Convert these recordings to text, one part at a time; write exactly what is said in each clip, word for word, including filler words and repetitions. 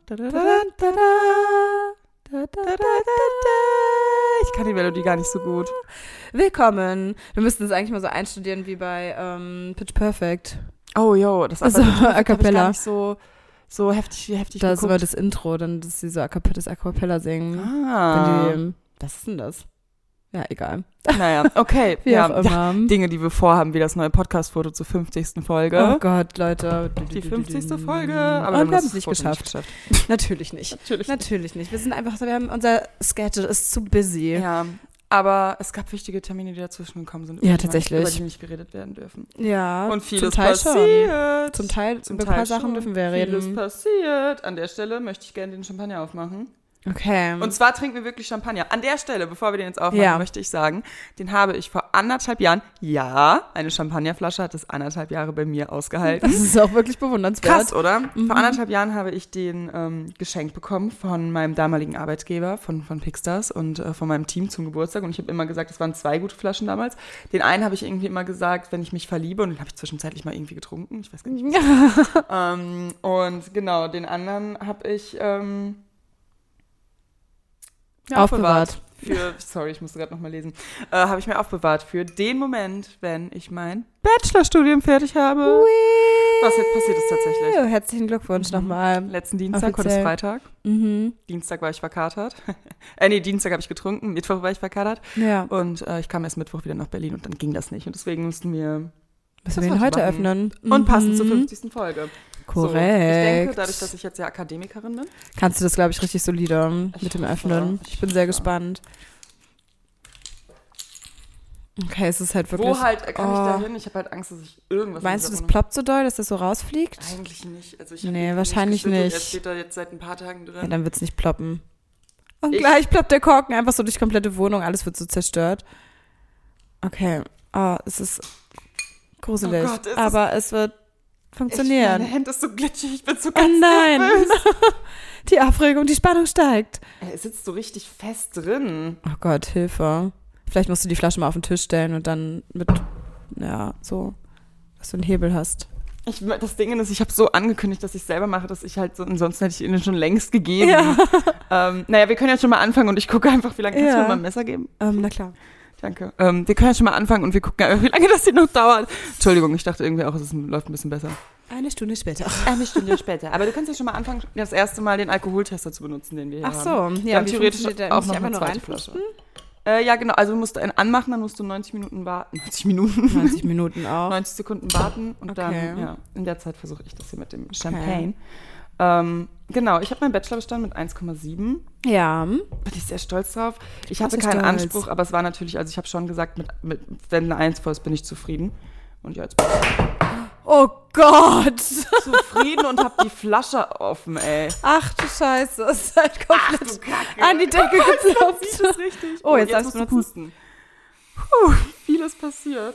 Ich kann die Melodie gar nicht so gut. Willkommen. Wir müssten das eigentlich mal so einstudieren wie bei ähm, Pitch Perfect. Oh, jo, das also, A Cappella. Gar nicht so, so heftig, heftig Da geguckt. ist aber das Intro, dann, dass sie so A Cappella, das A Cappella singen. Ah. Wenn die, was ist denn das? Ja, egal. Naja, okay. Wie ja, auch immer. Dinge, die wir vorhaben, wie das neue Podcast-Foto zur fünfzigsten Folge. Oh Gott, Leute. Die fünfzigste Folge. Aber Und wir haben es das nicht Foto geschafft. nicht geschafft. Natürlich nicht. Natürlich, Natürlich nicht. Wir sind einfach so, wir haben, unser Schedule ist zu busy. Ja, aber es gab wichtige Termine, die dazwischen gekommen sind. Ja, über die tatsächlich. Über die nicht geredet werden dürfen. Ja, Und vieles zum Teil passiert. Schon. Zum Teil, Zum über Teil ein paar Sachen schon. dürfen wir reden. Vieles passiert. An der Stelle möchte ich gerne den Champagner aufmachen. Okay. Und zwar trinken wir wirklich Champagner. An der Stelle, bevor wir den jetzt aufmachen, Ja. möchte ich sagen, den habe ich vor anderthalb Jahren, ja, eine Champagnerflasche hat es anderthalb Jahre bei mir ausgehalten. Das ist auch wirklich bewundernswert. Krass, oder? Mhm. Vor anderthalb Jahren habe ich den ähm, geschenkt bekommen von meinem damaligen Arbeitgeber, von, von Pixstars und äh, von meinem Team zum Geburtstag. Und ich habe immer gesagt, es waren zwei gute Flaschen damals. Den einen habe ich irgendwie immer gesagt, wenn ich mich verliebe, und den habe ich zwischenzeitlich mal irgendwie getrunken. Ich weiß gar nicht. ähm, und genau, den anderen habe ich ähm, ja, Aufbewahrt. Für, sorry, ich musste gerade nochmal lesen. Äh, habe ich mir aufbewahrt für den Moment, wenn ich mein Bachelorstudium fertig habe. Ui. Was jetzt passiert ist tatsächlich. Herzlichen Glückwunsch Mhm. nochmal. Letzten Dienstag, heute ist Offiziell. Freitag. Mhm. Dienstag war ich verkatert. äh, nee, Dienstag habe ich getrunken, Mittwoch war ich verkatert. Ja. Und äh, ich kam erst Mittwoch wieder nach Berlin und dann ging das nicht. Und deswegen mussten wir Müssen das wir ihn heute machen. öffnen. Und passend Mhm. zur fünfzigsten Folge. Korrekt. So, ich denke, dadurch, dass ich jetzt ja Akademikerin bin. Kannst du das, glaube ich, richtig solide Ich mit dem hoffe, Öffnen. Ich ich bin sehr hoffe. gespannt. Okay, es ist halt wirklich... Wo halt kann ich oh. da hin? Ich habe halt Angst, dass ich irgendwas... Meinst du, in das dieser Wohnung- ploppt so doll, dass das so rausfliegt? Eigentlich nicht. Also ich Nee, hab ihn wahrscheinlich geschüttelt. nicht. Er steht da jetzt seit ein paar Tagen drin. Ja, dann wird es nicht ploppen. Und Ich- gleich ploppt der Korken einfach so durch die komplette Wohnung. Alles wird so zerstört. Okay. Oh, es ist gruselig. Oh Gott, es ist- aber es wird Ich, funktionieren. meine Hände ist so glitschig, ich bin so Oh ganz nein. nervös. Die Aufregung, die Spannung steigt. Er sitzt so richtig fest drin. Oh Gott, Hilfe. Vielleicht musst du die Flasche mal auf den Tisch stellen und dann mit, ja, so, dass du einen Hebel hast. Ich, das Ding ist, ich habe so angekündigt, dass ich selber mache, dass ich halt so, ansonsten hätte ich ihnen schon längst gegeben. Ja. Ähm, naja, wir können jetzt schon mal anfangen und ich gucke einfach, wie lange, kannst Ja. du mir mal ein Messer geben? Ähm, na klar. Danke. Ähm, wir können jetzt schon mal anfangen und wir gucken einfach, wie lange das hier noch dauert. Entschuldigung, ich dachte irgendwie auch, es ist, läuft ein bisschen besser. Eine Stunde später. Eine Stunde später. Aber du kannst ja schon mal anfangen, das erste Mal den Alkoholtester zu benutzen, den wir hier Ach haben. so, Wir ja, haben wie theoretisch funktioniert der? auch Muss ich noch einfach eine nur zweite Flasche. reinpusten? Äh, ja, genau. Also du musst einen anmachen, dann musst du neunzig Minuten warten. neunzig Minuten? neunzig Minuten auch. neunzig Sekunden warten und Okay. dann, ja, in der Zeit versuche ich das hier mit dem Champagne. Ähm, genau, ich habe meinen Bachelor bestanden mit eins Komma sieben. Ja. Bin ich sehr stolz drauf. Ich hatte Bist du keinen stolz? Anspruch, aber es war natürlich, also ich habe schon gesagt, mit, mit, wenn eine eins voll ist, bin ich zufrieden. Und ja, jetzt bin ich Oh Gott. zufrieden und habe die Flasche offen, ey. Ach du Scheiße, es ist halt komplett Ach, du Kacke. an die Decke geploppt. Sieht das richtig? Oh, jetzt darfst musst du du pusten. Puh, vieles passiert.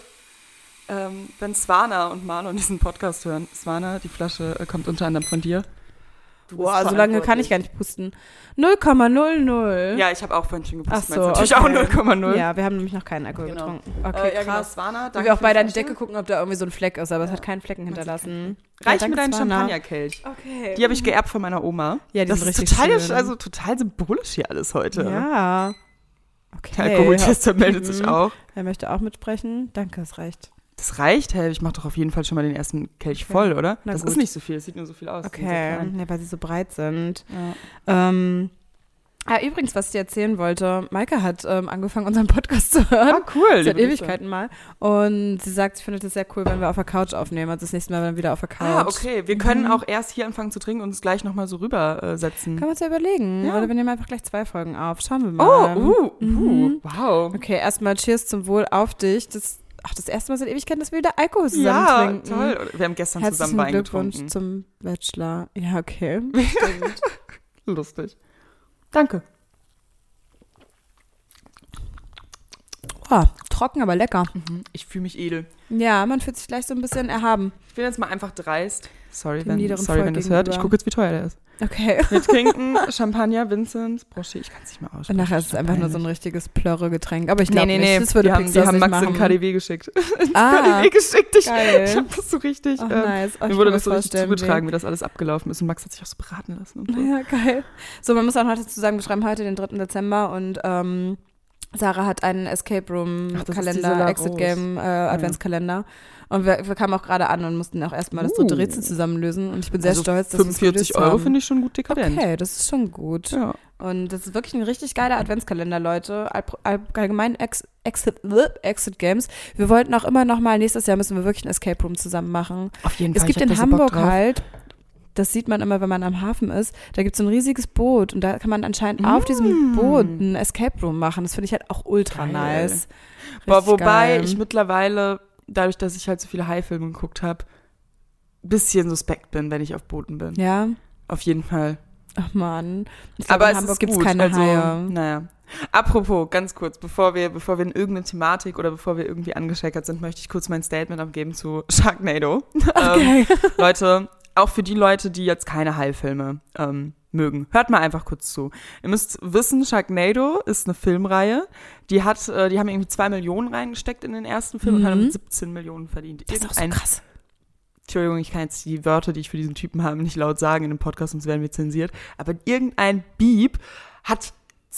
Ähm, wenn Swana und Marlon diesen Podcast hören, Swana, die Flasche äh, kommt unter anderem von dir. Du bist Boah, so lange kann ich gar nicht pusten. null Komma null null. Ja, ich habe auch vorhin schon Ach gepustet. so, natürlich okay. auch null Komma null. Ja, wir haben nämlich noch keinen Alkohol Genau. getrunken. Okay, äh, ja, genau, krass. Swana, Weil danke wir auch für beide die an die Flasche. Decke gucken, ob da irgendwie so ein Fleck ist, aber es hat keinen Flecken hinterlassen. Reich Ja, mir danke, deinen Swana. Champagnerkelch. Okay. Die habe ich geerbt von meiner Oma. Ja, die das sind ist richtig total, schön. also total symbolisch hier alles heute. Ja. Okay. Der Alkoholtester meldet sich Mhm. auch. Er möchte auch mitsprechen. Danke, es reicht. Das reicht, hey, ich mache doch auf jeden Fall schon mal den ersten Kelch Okay. voll, oder? Na das gut. ist nicht so viel, es sieht nur so viel aus. Die sind so Okay, klein. ja, weil sie so breit sind. Ja. Ähm, ah, übrigens, was ich dir erzählen wollte, Maike hat ähm, angefangen, unseren Podcast zu hören. Ah, cool. Seit liebe Ewigkeiten mal. Und sie sagt, sie findet es sehr cool, wenn wir auf der Couch aufnehmen. Also das nächste Mal dann wieder auf der Couch. Ah, okay. Wir können Mhm. auch erst hier anfangen zu trinken und uns gleich nochmal so rüber äh, setzen. Können wir uns ja überlegen. Ja. Oder wir nehmen einfach gleich zwei Folgen auf. Schauen wir Oh, mal. uh, uh, Mhm. wow. Okay, erstmal Cheers zum Wohl auf dich. Das, ach, das erste Mal seit Ewigkeiten, dass wir wieder Alkohol zusammen Ja, trinken. toll. Wir haben gestern Herzlichen zusammen Wein Glückwunsch getrunken. zum Bachelor. Ja, okay. Stimmt. Lustig. Danke. Oh, trocken, aber lecker. Mhm. Ich fühle mich edel. Ja, man fühlt sich gleich so ein bisschen erhaben. Ich bin jetzt mal einfach dreist. Sorry, Dem wenn, niederen sorry, Volk wenn das hört. Ich gegenüber. gucke jetzt, wie teuer der ist. Okay. Wir trinken Champagner, Vincent, Brochet. Ich kann es nicht mal aussprechen. Und nachher ist es einfach nur so ein richtiges Plörre-Getränk. Aber ich glaube nee, nee, nicht, nee. das würde die haben, Pixar die haben nicht Max machen. in K D W geschickt. ins Ah, K D W geschickt. Ich, geil. ich habe das so richtig. Oh, ähm, nice. Oh, mir ich wurde kann das so mir richtig vorstellen, zugetragen, wie das alles abgelaufen ist. Und Max hat sich auch so beraten lassen. Und so. Ja, geil. So, man muss auch noch dazu sagen, wir schreiben heute den dritten Dezember und ähm, Sarah hat einen Escape Room Ach, das ist diese Kalender, La Exit Rose. Game, äh, Adventskalender. Und wir, wir kamen auch gerade an und mussten auch erstmal das dritte Uh. Rätsel zusammenlösen. Und ich bin sehr Also stolz, dass fünfundvierzig Euro finde ich schon gut dekadent. Okay, das ist schon gut. Ja. Und das ist wirklich ein richtig geiler Adventskalender, Leute. All, all, allgemein Ex, Exit, Exit Games. Wir wollten auch immer noch mal, nächstes Jahr müssen wir wirklich ein Escape Room zusammen machen. Auf jeden Es Fall. gibt ich hab in da so Bock Hamburg drauf. halt, das sieht man immer, wenn man am Hafen ist, da gibt es so ein riesiges Boot und da kann man anscheinend auf diesem Boot ein Escape Room machen. Das finde ich halt auch ultra Geil. nice. Boah, Richtig wobei geil. ich mittlerweile, dadurch, dass ich halt so viele Hai-Filme geguckt habe, ein bisschen suspekt bin, wenn ich auf Booten bin. Ja, Auf jeden Fall. ach man. Ich glaub, Aber in es Hamburg ist gibt es gut. keine also, Haie. Naja. Apropos, ganz kurz, bevor wir, bevor wir in irgendeine Thematik oder bevor wir irgendwie angescheckert sind, möchte ich kurz mein Statement abgeben zu Sharknado. Okay. ähm, Leute, auch für die Leute, die jetzt keine Hai-Filme ähm, mögen, hört mal einfach kurz zu. Ihr müsst wissen, Sharknado ist eine Filmreihe, die hat, äh, die haben irgendwie zwei Millionen reingesteckt in den ersten Film Mhm. und haben damit siebzehn Millionen verdient. Das ist auch so Irgendein- krass. Entschuldigung, ich kann jetzt die Wörter, die ich für diesen Typen habe, nicht laut sagen in dem Podcast, sonst werden wir zensiert. Aber irgendein Beep hat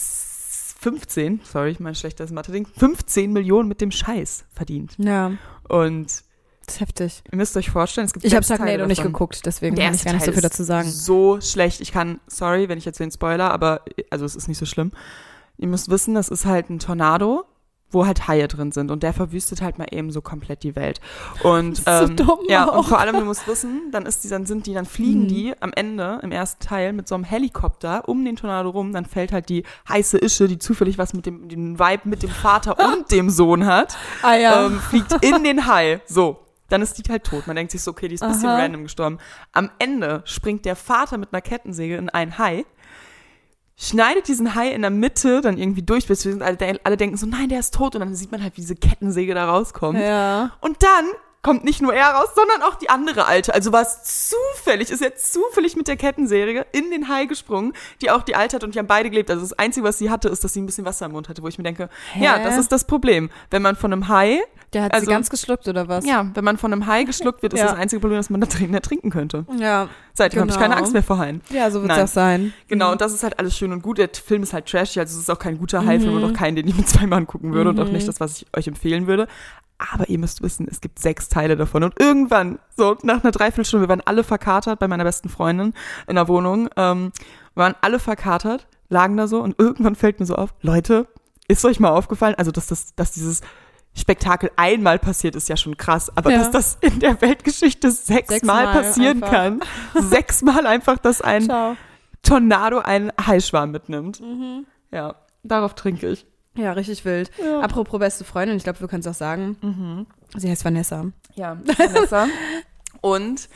fünfzehn, sorry, ich meine schlechtes Mathe-Ding, fünfzehn Millionen mit dem Scheiß verdient. Ja, Und das ist heftig. ihr müsst euch vorstellen, es gibt Ich habe sechs Teile Sharknado nicht davon. geguckt, deswegen Der kann ich erste gar nicht so Teil viel ist dazu sagen. so schlecht. Ich kann, sorry, wenn ich jetzt den Spoiler, aber also es ist nicht so schlimm. Ihr müsst wissen, das ist halt ein Tornado, wo halt Haie drin sind und der verwüstet halt mal eben so komplett die Welt. Und Das ist so ähm, dumm ja, auch. und vor allem, du musst wissen, dann ist die, dann sind die, dann fliegen Mhm. die am Ende im ersten Teil mit so einem Helikopter um den Tornado rum, dann fällt halt die heiße Ische, die zufällig was mit dem, dem Vibe mit dem Vater und dem Sohn hat, Ah ja. ähm, fliegt in den Hai. So. Dann ist die halt tot. Man denkt sich so, okay, die ist ein bisschen Aha. random gestorben. Am Ende springt der Vater mit einer Kettensäge in einen Hai, schneidet diesen Hai in der Mitte dann irgendwie durch, bis wir sind alle, alle denken so, nein, der ist tot. Und dann sieht man halt, wie diese Kettensäge da rauskommt. ja. Und dann kommt nicht nur er raus, sondern auch die andere Alte. Also war es zufällig, ist jetzt zufällig mit der Kettensäge in den Hai gesprungen, die auch die Alte hat und die haben beide gelebt. Also das Einzige, was sie hatte, ist, dass sie ein bisschen Wasser im Mund hatte, wo ich mir denke, Hä? ja, das ist das Problem. Wenn man von einem Hai, Der hat also- sie ganz geschluckt, oder was? ja, wenn man von einem Hai geschluckt wird, ist Ja. das einzige Problem, dass man da drin ertrinken könnte. Ja, Seitdem habe ich Genau. keine Angst mehr vor Haien. ja so wird es Nein. auch sein. Genau, Mhm. und das ist halt alles schön und gut. Der Film ist halt trashy, also es ist auch kein guter Hai-Film und auch keinen, den ich mit zwei Mann gucken würde und auch nicht das, was ich euch empfehlen würde. Aber ihr müsst wissen, es gibt sechs Teile davon. Und irgendwann, so nach einer Dreiviertelstunde, wir waren alle verkatert bei meiner besten Freundin in der Wohnung, ähm, waren alle verkatert, lagen da so und irgendwann fällt mir so auf, Leute, ist euch mal aufgefallen, also dass, das, dass dieses Spektakel einmal passiert, ist ja schon krass, aber Ja. dass das in der Weltgeschichte sechsmal Sechsmal passieren einfach. kann, sechsmal einfach, dass ein Ciao. Tornado einen Haischwarm mitnimmt. Mhm. Ja, darauf trinke ich. Ja, richtig wild. Ja. Apropos beste Freundin, ich glaube, wir können es auch sagen. Mhm. Sie heißt Vanessa. Ja, Vanessa. Und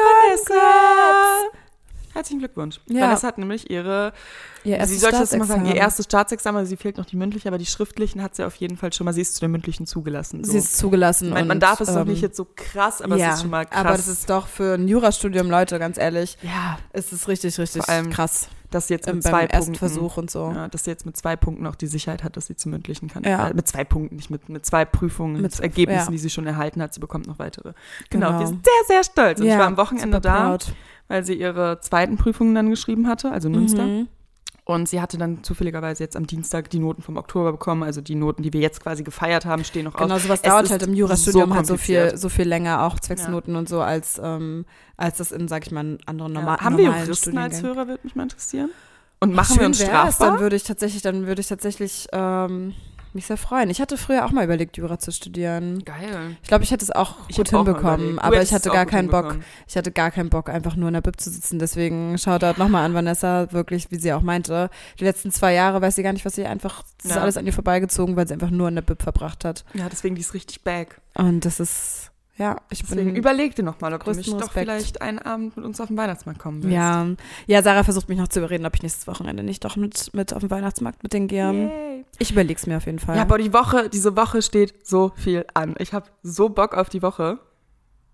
Congrats! herzlichen Glückwunsch. Ja. Vanessa hat nämlich ihre, Ihr wie erstes soll ich das mal sagen, Staatsexamen. ihr erstes Staatsexamen, sie fehlt noch die mündliche, aber die schriftlichen hat sie auf jeden Fall schon mal, sie ist zu den mündlichen zugelassen. So. Sie ist zugelassen. man, und, man darf es noch ähm, nicht jetzt so krass, aber ja, es ist schon mal krass. aber das ist doch für ein Jurastudium, Leute, ganz ehrlich, ja, es ist richtig, richtig Vor allem krass. dass sie jetzt Ähm, mit beim zwei ersten Punkten, Versuch und so. ja, dass sie jetzt mit zwei Punkten auch die Sicherheit hat, dass sie zum mündlichen kann. Ja. Äh, mit zwei Punkten, nicht mit, mit zwei Prüfungen, Mit- mit Ergebnissen, ja. die sie schon erhalten hat. Sie bekommt noch weitere. Genau, Genau. wir sind sehr, sehr stolz. Und ja, ich war am Wochenende super da, proud. weil sie ihre zweiten Prüfungen dann geschrieben hatte, also in Münster. Mhm. Und sie hatte dann zufälligerweise jetzt am Dienstag die Noten vom Oktober bekommen. Also die Noten, die wir jetzt quasi gefeiert haben, stehen noch Genau, aus. sowas Es dauert ist halt im Jurastudium so halt so viel, kompliziert. so viel länger, auch zwecks Ja. Noten und so, als, ähm, als das in, sag ich mal, anderen norma Ja. Haben wir normalen Juristen als Studiengängen. Hörer, würde mich mal interessieren. Und machen wir uns wär's, strafbar? Dann würde ich tatsächlich, dann würde ich tatsächlich ähm, mich sehr freuen. Ich hatte früher auch mal überlegt, Jura zu studieren. Geil. Ich glaube, ich hätte es auch Ich gut hab auch mal hinbekommen, überlegt. Du aber hättest ich hatte es gar auch gut keinen Bock. hinbekommen. Ich hatte gar keinen Bock, einfach nur in der Bib zu sitzen. Deswegen Shoutout nochmal an Vanessa, wirklich, wie sie auch meinte. Die letzten zwei Jahre weiß sie gar nicht, was sie einfach, das ist Ja. alles an ihr vorbeigezogen, weil sie einfach nur in der Bib verbracht hat. Ja, deswegen, die ist richtig back. Und das ist, ja, ich Deswegen bin... überleg dir nochmal, ob du größten nicht doch Respekt. vielleicht einen Abend mit uns auf den Weihnachtsmarkt kommen willst. Ja, ja, Sarah versucht mich noch zu überreden, ob ich nächstes Wochenende nicht doch mit, mit auf dem Weihnachtsmarkt mit denen gehe. Yay. Ich überleg's mir auf jeden Fall. Ja, aber die Woche, diese Woche steht so viel an. Ich habe so Bock auf die Woche.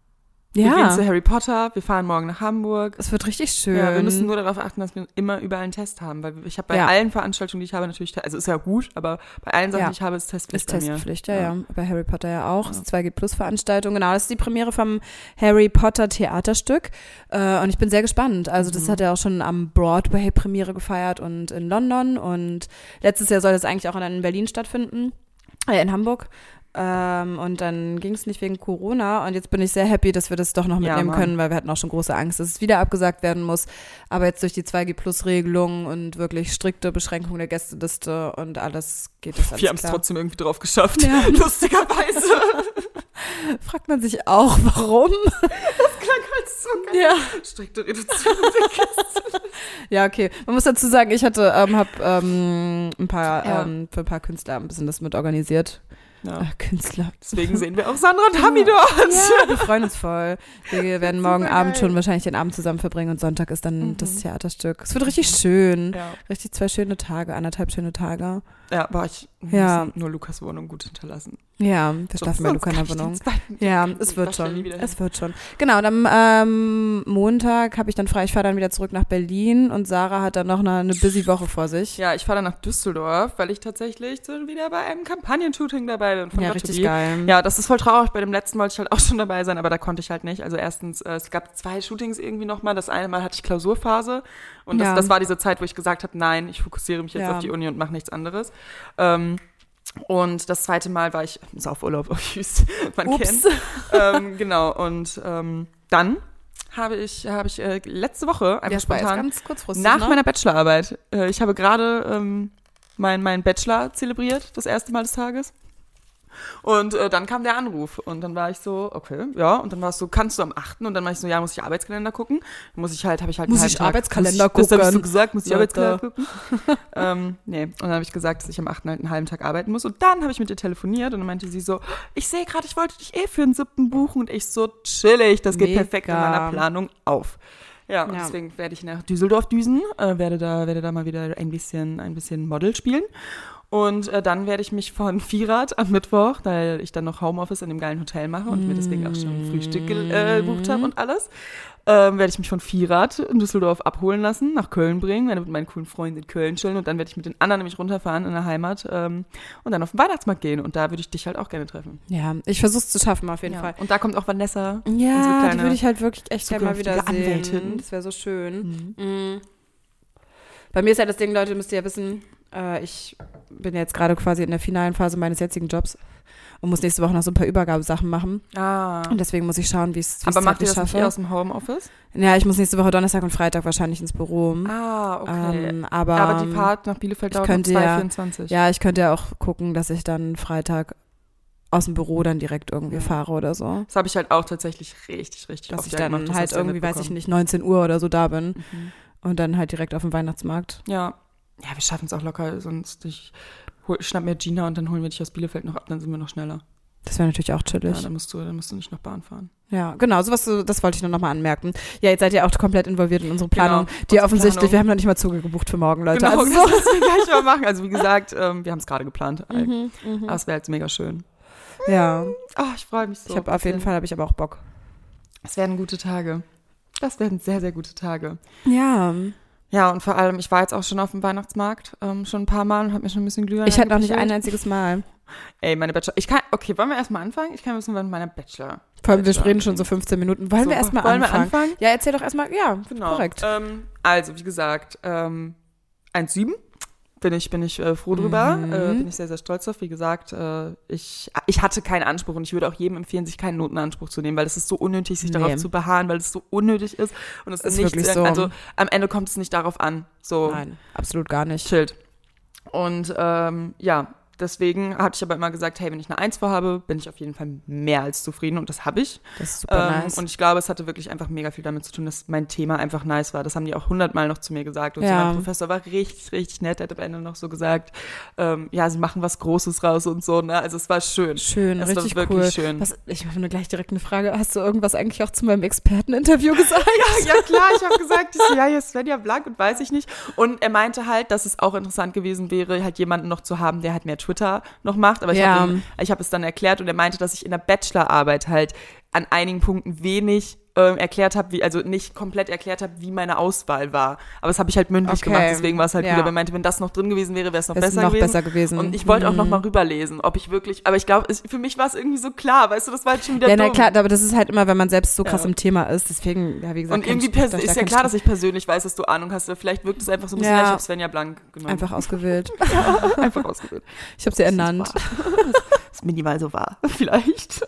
Wir Ja. gehen zu Harry Potter, wir fahren morgen nach Hamburg. Es wird richtig schön. Ja, wir müssen nur darauf achten, dass wir immer überall einen Test haben, weil ich habe bei Ja. allen Veranstaltungen, die ich habe, natürlich, also ist ja gut, aber bei allen Sachen, Ja. die ich habe, ist Testpflicht Ist bei mir. Testpflicht, ja, ja, Bei Harry Potter ja auch. Ja. Das ist zwei G Plus Veranstaltung. Genau, das ist die Premiere vom Harry Potter Theaterstück. Äh, und ich bin sehr gespannt. Also das Mhm. hat er auch schon am Broadway Premiere gefeiert und in London. Und letztes Jahr soll das eigentlich auch in Berlin stattfinden. Äh, in Hamburg. Ähm, und dann ging es nicht wegen Corona und jetzt bin ich sehr happy, dass wir das doch noch Ja, mitnehmen Mann. können, weil wir hatten auch schon große Angst, dass es wieder abgesagt werden muss. Aber jetzt durch die zwei G Plus Regelung und wirklich strikte Beschränkung der Gästeliste und alles geht das alles Wir haben es klar. trotzdem irgendwie drauf geschafft, Ja. lustigerweise. Fragt man sich auch, warum? so geil. Ja. Strikte Reduzierung der Gäste. Ja, okay. Man muss dazu sagen, ich hatte, ähm, hab ähm, ein paar, Ja. ähm, für ein paar Künstler ein bisschen das mit organisiert. Ja. Äh, Künstler. Deswegen sehen wir auch Sandra und Hami dort. Ja, wir freuen uns voll. Wir werden morgen Super Abend geil. schon wahrscheinlich den Abend zusammen verbringen und Sonntag ist dann Mhm. das Theaterstück. Es wird richtig schön. Ja, Richtig zwei schöne Tage, anderthalb schöne Tage. ja war ich wir Ja. müssen nur Lukas Wohnung gut hinterlassen. Ja, wir schlafen bei Sonst Luca in kann der ich den Wohnung. zweiten Ja, Weg es wird wahrscheinlich schon. wieder hin. Es wird schon. Genau, und am ähm, Montag habe ich dann frei. Ich fahre dann wieder zurück nach Berlin und Sarah hat dann noch eine, eine busy Woche vor sich. Ja, ich fahre dann nach Düsseldorf, weil ich tatsächlich so wieder bei einem Kampagnen-Shooting dabei bin. Von Ja, Got to richtig Be. geil. Ja, das ist voll traurig. Bei dem letzten wollte ich halt auch schon dabei sein, aber da konnte ich halt nicht. Also erstens, äh, es gab zwei Shootings irgendwie nochmal. Das eine Mal hatte ich Klausurphase und das, Ja. das war diese Zeit, wo ich gesagt habe, nein, ich fokussiere mich jetzt Ja. auf die Uni und mache nichts anderes. Ähm, und das zweite Mal war ich auf Urlaub, oh, süß, man Ups. kennt. Ähm, genau, und ähm, dann habe ich, habe ich äh, letzte Woche einfach Ja, das war jetzt spontan ganz kurzfristig, nach ne? meiner Bachelorarbeit. Äh, ich habe gerade ähm, mein, mein Bachelor zelebriert, das erste Mal des Tages. Und äh, dann kam der Anruf und dann war ich so, okay, ja, und dann war es so, kannst du am achten? Und dann war ich so, ja, muss ich Arbeitskalender gucken? Muss ich halt, habe ich halt Muss einen ich halben Tag- Arbeitskalender muss ich, Das habe ich so gucken? gesagt, muss ich Leute. Arbeitskalender gucken? ähm, nee, und dann habe ich gesagt, dass ich am achten halt einen halben Tag arbeiten muss. Und dann habe ich mit ihr telefoniert und dann meinte sie so, ich sehe gerade, ich wollte dich eh für einen siebten buchen. Und ich so, chillig, das geht Mega. perfekt in meiner Planung auf. Ja, und Ja. deswegen werde ich nach Düsseldorf düsen, äh, werde da, werde da mal wieder ein bisschen, ein bisschen Model spielen. Und äh, dann werde ich mich von Vierrad am Mittwoch, weil ich dann noch Homeoffice in dem geilen Hotel mache und mir deswegen auch schon Frühstück äh, gebucht habe und alles, ähm, werde ich mich von Vierrad in Düsseldorf abholen lassen, nach Köln bringen, werde mit meinen coolen Freunden in Köln chillen und dann werde ich mit den anderen nämlich runterfahren in der Heimat ähm, und dann auf den Weihnachtsmarkt gehen und da würde ich dich halt auch gerne treffen. Ja, ich versuche es zu schaffen auf jeden Ja. Fall. Und da kommt auch Vanessa, unsere Ja, kleine die würde ich halt wirklich echt gerne mal wieder zukünftige sehen. Anwältin. Das wäre so schön. Mhm. Bei mir ist ja das Ding, Leute, müsst ihr ja wissen, äh, ich bin jetzt gerade quasi in der finalen Phase meines jetzigen Jobs und muss nächste Woche noch so ein paar Übergabesachen machen. Ah. Und deswegen muss ich schauen, wie ich es Aber macht ihr das schaffe. nicht eher aus dem Homeoffice? Ja, ich muss nächste Woche Donnerstag und Freitag wahrscheinlich ins Büro. Ah, okay. Ähm, aber, Aber die Fahrt nach Bielefeld ich dauert noch könnte zwei ja- vierundzwanzig. Ja, ich könnte ja auch gucken, dass ich dann Freitag aus dem Büro dann direkt irgendwie Ja. fahre oder so. Das habe ich halt auch tatsächlich richtig, richtig Dass oft ich ja dann gemacht, das halt hast du ja irgendwie, weiß ich mitbekommen. nicht, neunzehn Uhr oder so da bin Mhm. und dann halt direkt auf dem Weihnachtsmarkt. Ja. Ja, wir schaffen es auch locker, sonst ich hol, schnapp mir Gina und dann holen wir dich aus Bielefeld noch ab, dann sind wir noch schneller. Das wäre natürlich auch Ja, chillig. dann musst du, dann musst du nicht noch Bahn fahren. Ja, genau, sowas, so- das wollte ich nur nochmal anmerken. Ja, jetzt seid ihr auch komplett involviert in unsere Planung. Genau, die unsere offensichtlich, Planung. wir haben noch nicht mal Zuge gebucht für morgen, Leute. Genau, also das so. müssen wir gleich mal machen. Also wie gesagt, ähm, wir haben es gerade geplant. Mhm, mhm. Aber es wäre jetzt mega schön. Ja, Ah, ich freue mich so. ich habe auf jeden Fall, habe ich aber auch Bock. Es werden gute Tage. Das werden sehr, sehr gute Tage. Ja, Ja, und vor allem, ich war jetzt auch schon auf dem Weihnachtsmarkt, ähm, schon ein paar Mal und habe mir schon ein bisschen Glühwein ich hatte noch nicht ein eingepichelt. einziges Mal. Ey, meine Bachelor. Ich kann, okay, wollen wir erstmal anfangen? Ich kann wissen, wann meine Bachelor. Vor allem, wir Bachelor reden schon so fünfzehn Minuten. Wollen So, wir erstmal wollen anfangen? wir anfangen? Ja, erzähl doch erstmal, ja, Genau. korrekt. Ähm, also, wie gesagt, ähm, eins Komma sieben bin ich, bin ich äh, froh drüber. Mhm. Äh, bin ich sehr, sehr stolz drauf. Wie gesagt, äh, ich, ich hatte keinen Anspruch und ich würde auch jedem empfehlen, sich keinen Notenanspruch zu nehmen, weil es ist so unnötig, sich Nee. darauf zu beharren, weil es so unnötig ist. Und es Ist ist nicht, wirklich so. Also, am Ende kommt es nicht darauf an. So, Nein, absolut gar nicht. chillt. Und ähm, ja, deswegen hatte ich aber immer gesagt, hey, wenn ich eine Eins vorhabe, bin ich auf jeden Fall mehr als zufrieden und das habe ich. Das ist super Ähm, nice. Und ich glaube, es hatte wirklich einfach mega viel damit zu tun, dass mein Thema einfach nice war. Das haben die auch hundertmal noch zu mir gesagt. Und so Ja. mein Professor war richtig, richtig nett. Der hat am Ende noch so gesagt, ähm, ja, sie machen was Großes raus und so. Ne? Also es war schön. Schön, Es richtig war wirklich cool. schön. Was, ich habe eine gleich direkt eine Frage. Hast du irgendwas eigentlich auch zu meinem Experteninterview gesagt? Ja, ja klar, ich habe gesagt, ich so, ja, hier ist Svenja Blank und weiß ich nicht. Und er meinte halt, dass es auch interessant gewesen wäre, halt jemanden noch zu haben, der halt mehr Twitter noch macht. Aber ich Ja. habe ich hab es dann erklärt und er meinte, dass ich in der Bachelorarbeit halt an einigen Punkten wenig ähm, erklärt habe, wie, also nicht komplett erklärt habe, wie meine Auswahl war. Aber das habe ich halt mündlich Okay. gemacht, deswegen war es halt Ja. gut. Aber er meinte, wenn das noch drin gewesen wäre, wäre es noch, Es ist besser, noch gewesen. besser gewesen. Und ich wollte auch Mhm. noch mal rüberlesen, ob ich wirklich, aber ich glaube, für mich war es irgendwie so klar, weißt du, das war halt schon wieder Ja, dumm. na klar, aber das ist halt immer, wenn man selbst so krass Ja. im Thema ist. Deswegen, ja, wie gesagt, Und kein irgendwie Stress, pers- da ist ja kein klar, dass Stress. ich persönlich weiß, dass du Ahnung hast, aber vielleicht wirkt es einfach so ein bisschen, Ja. ja. ich habe Svenja Blank genommen. Einfach ausgewählt. einfach ausgewählt. Ich habe sie ernannt. Das minimal so war, vielleicht.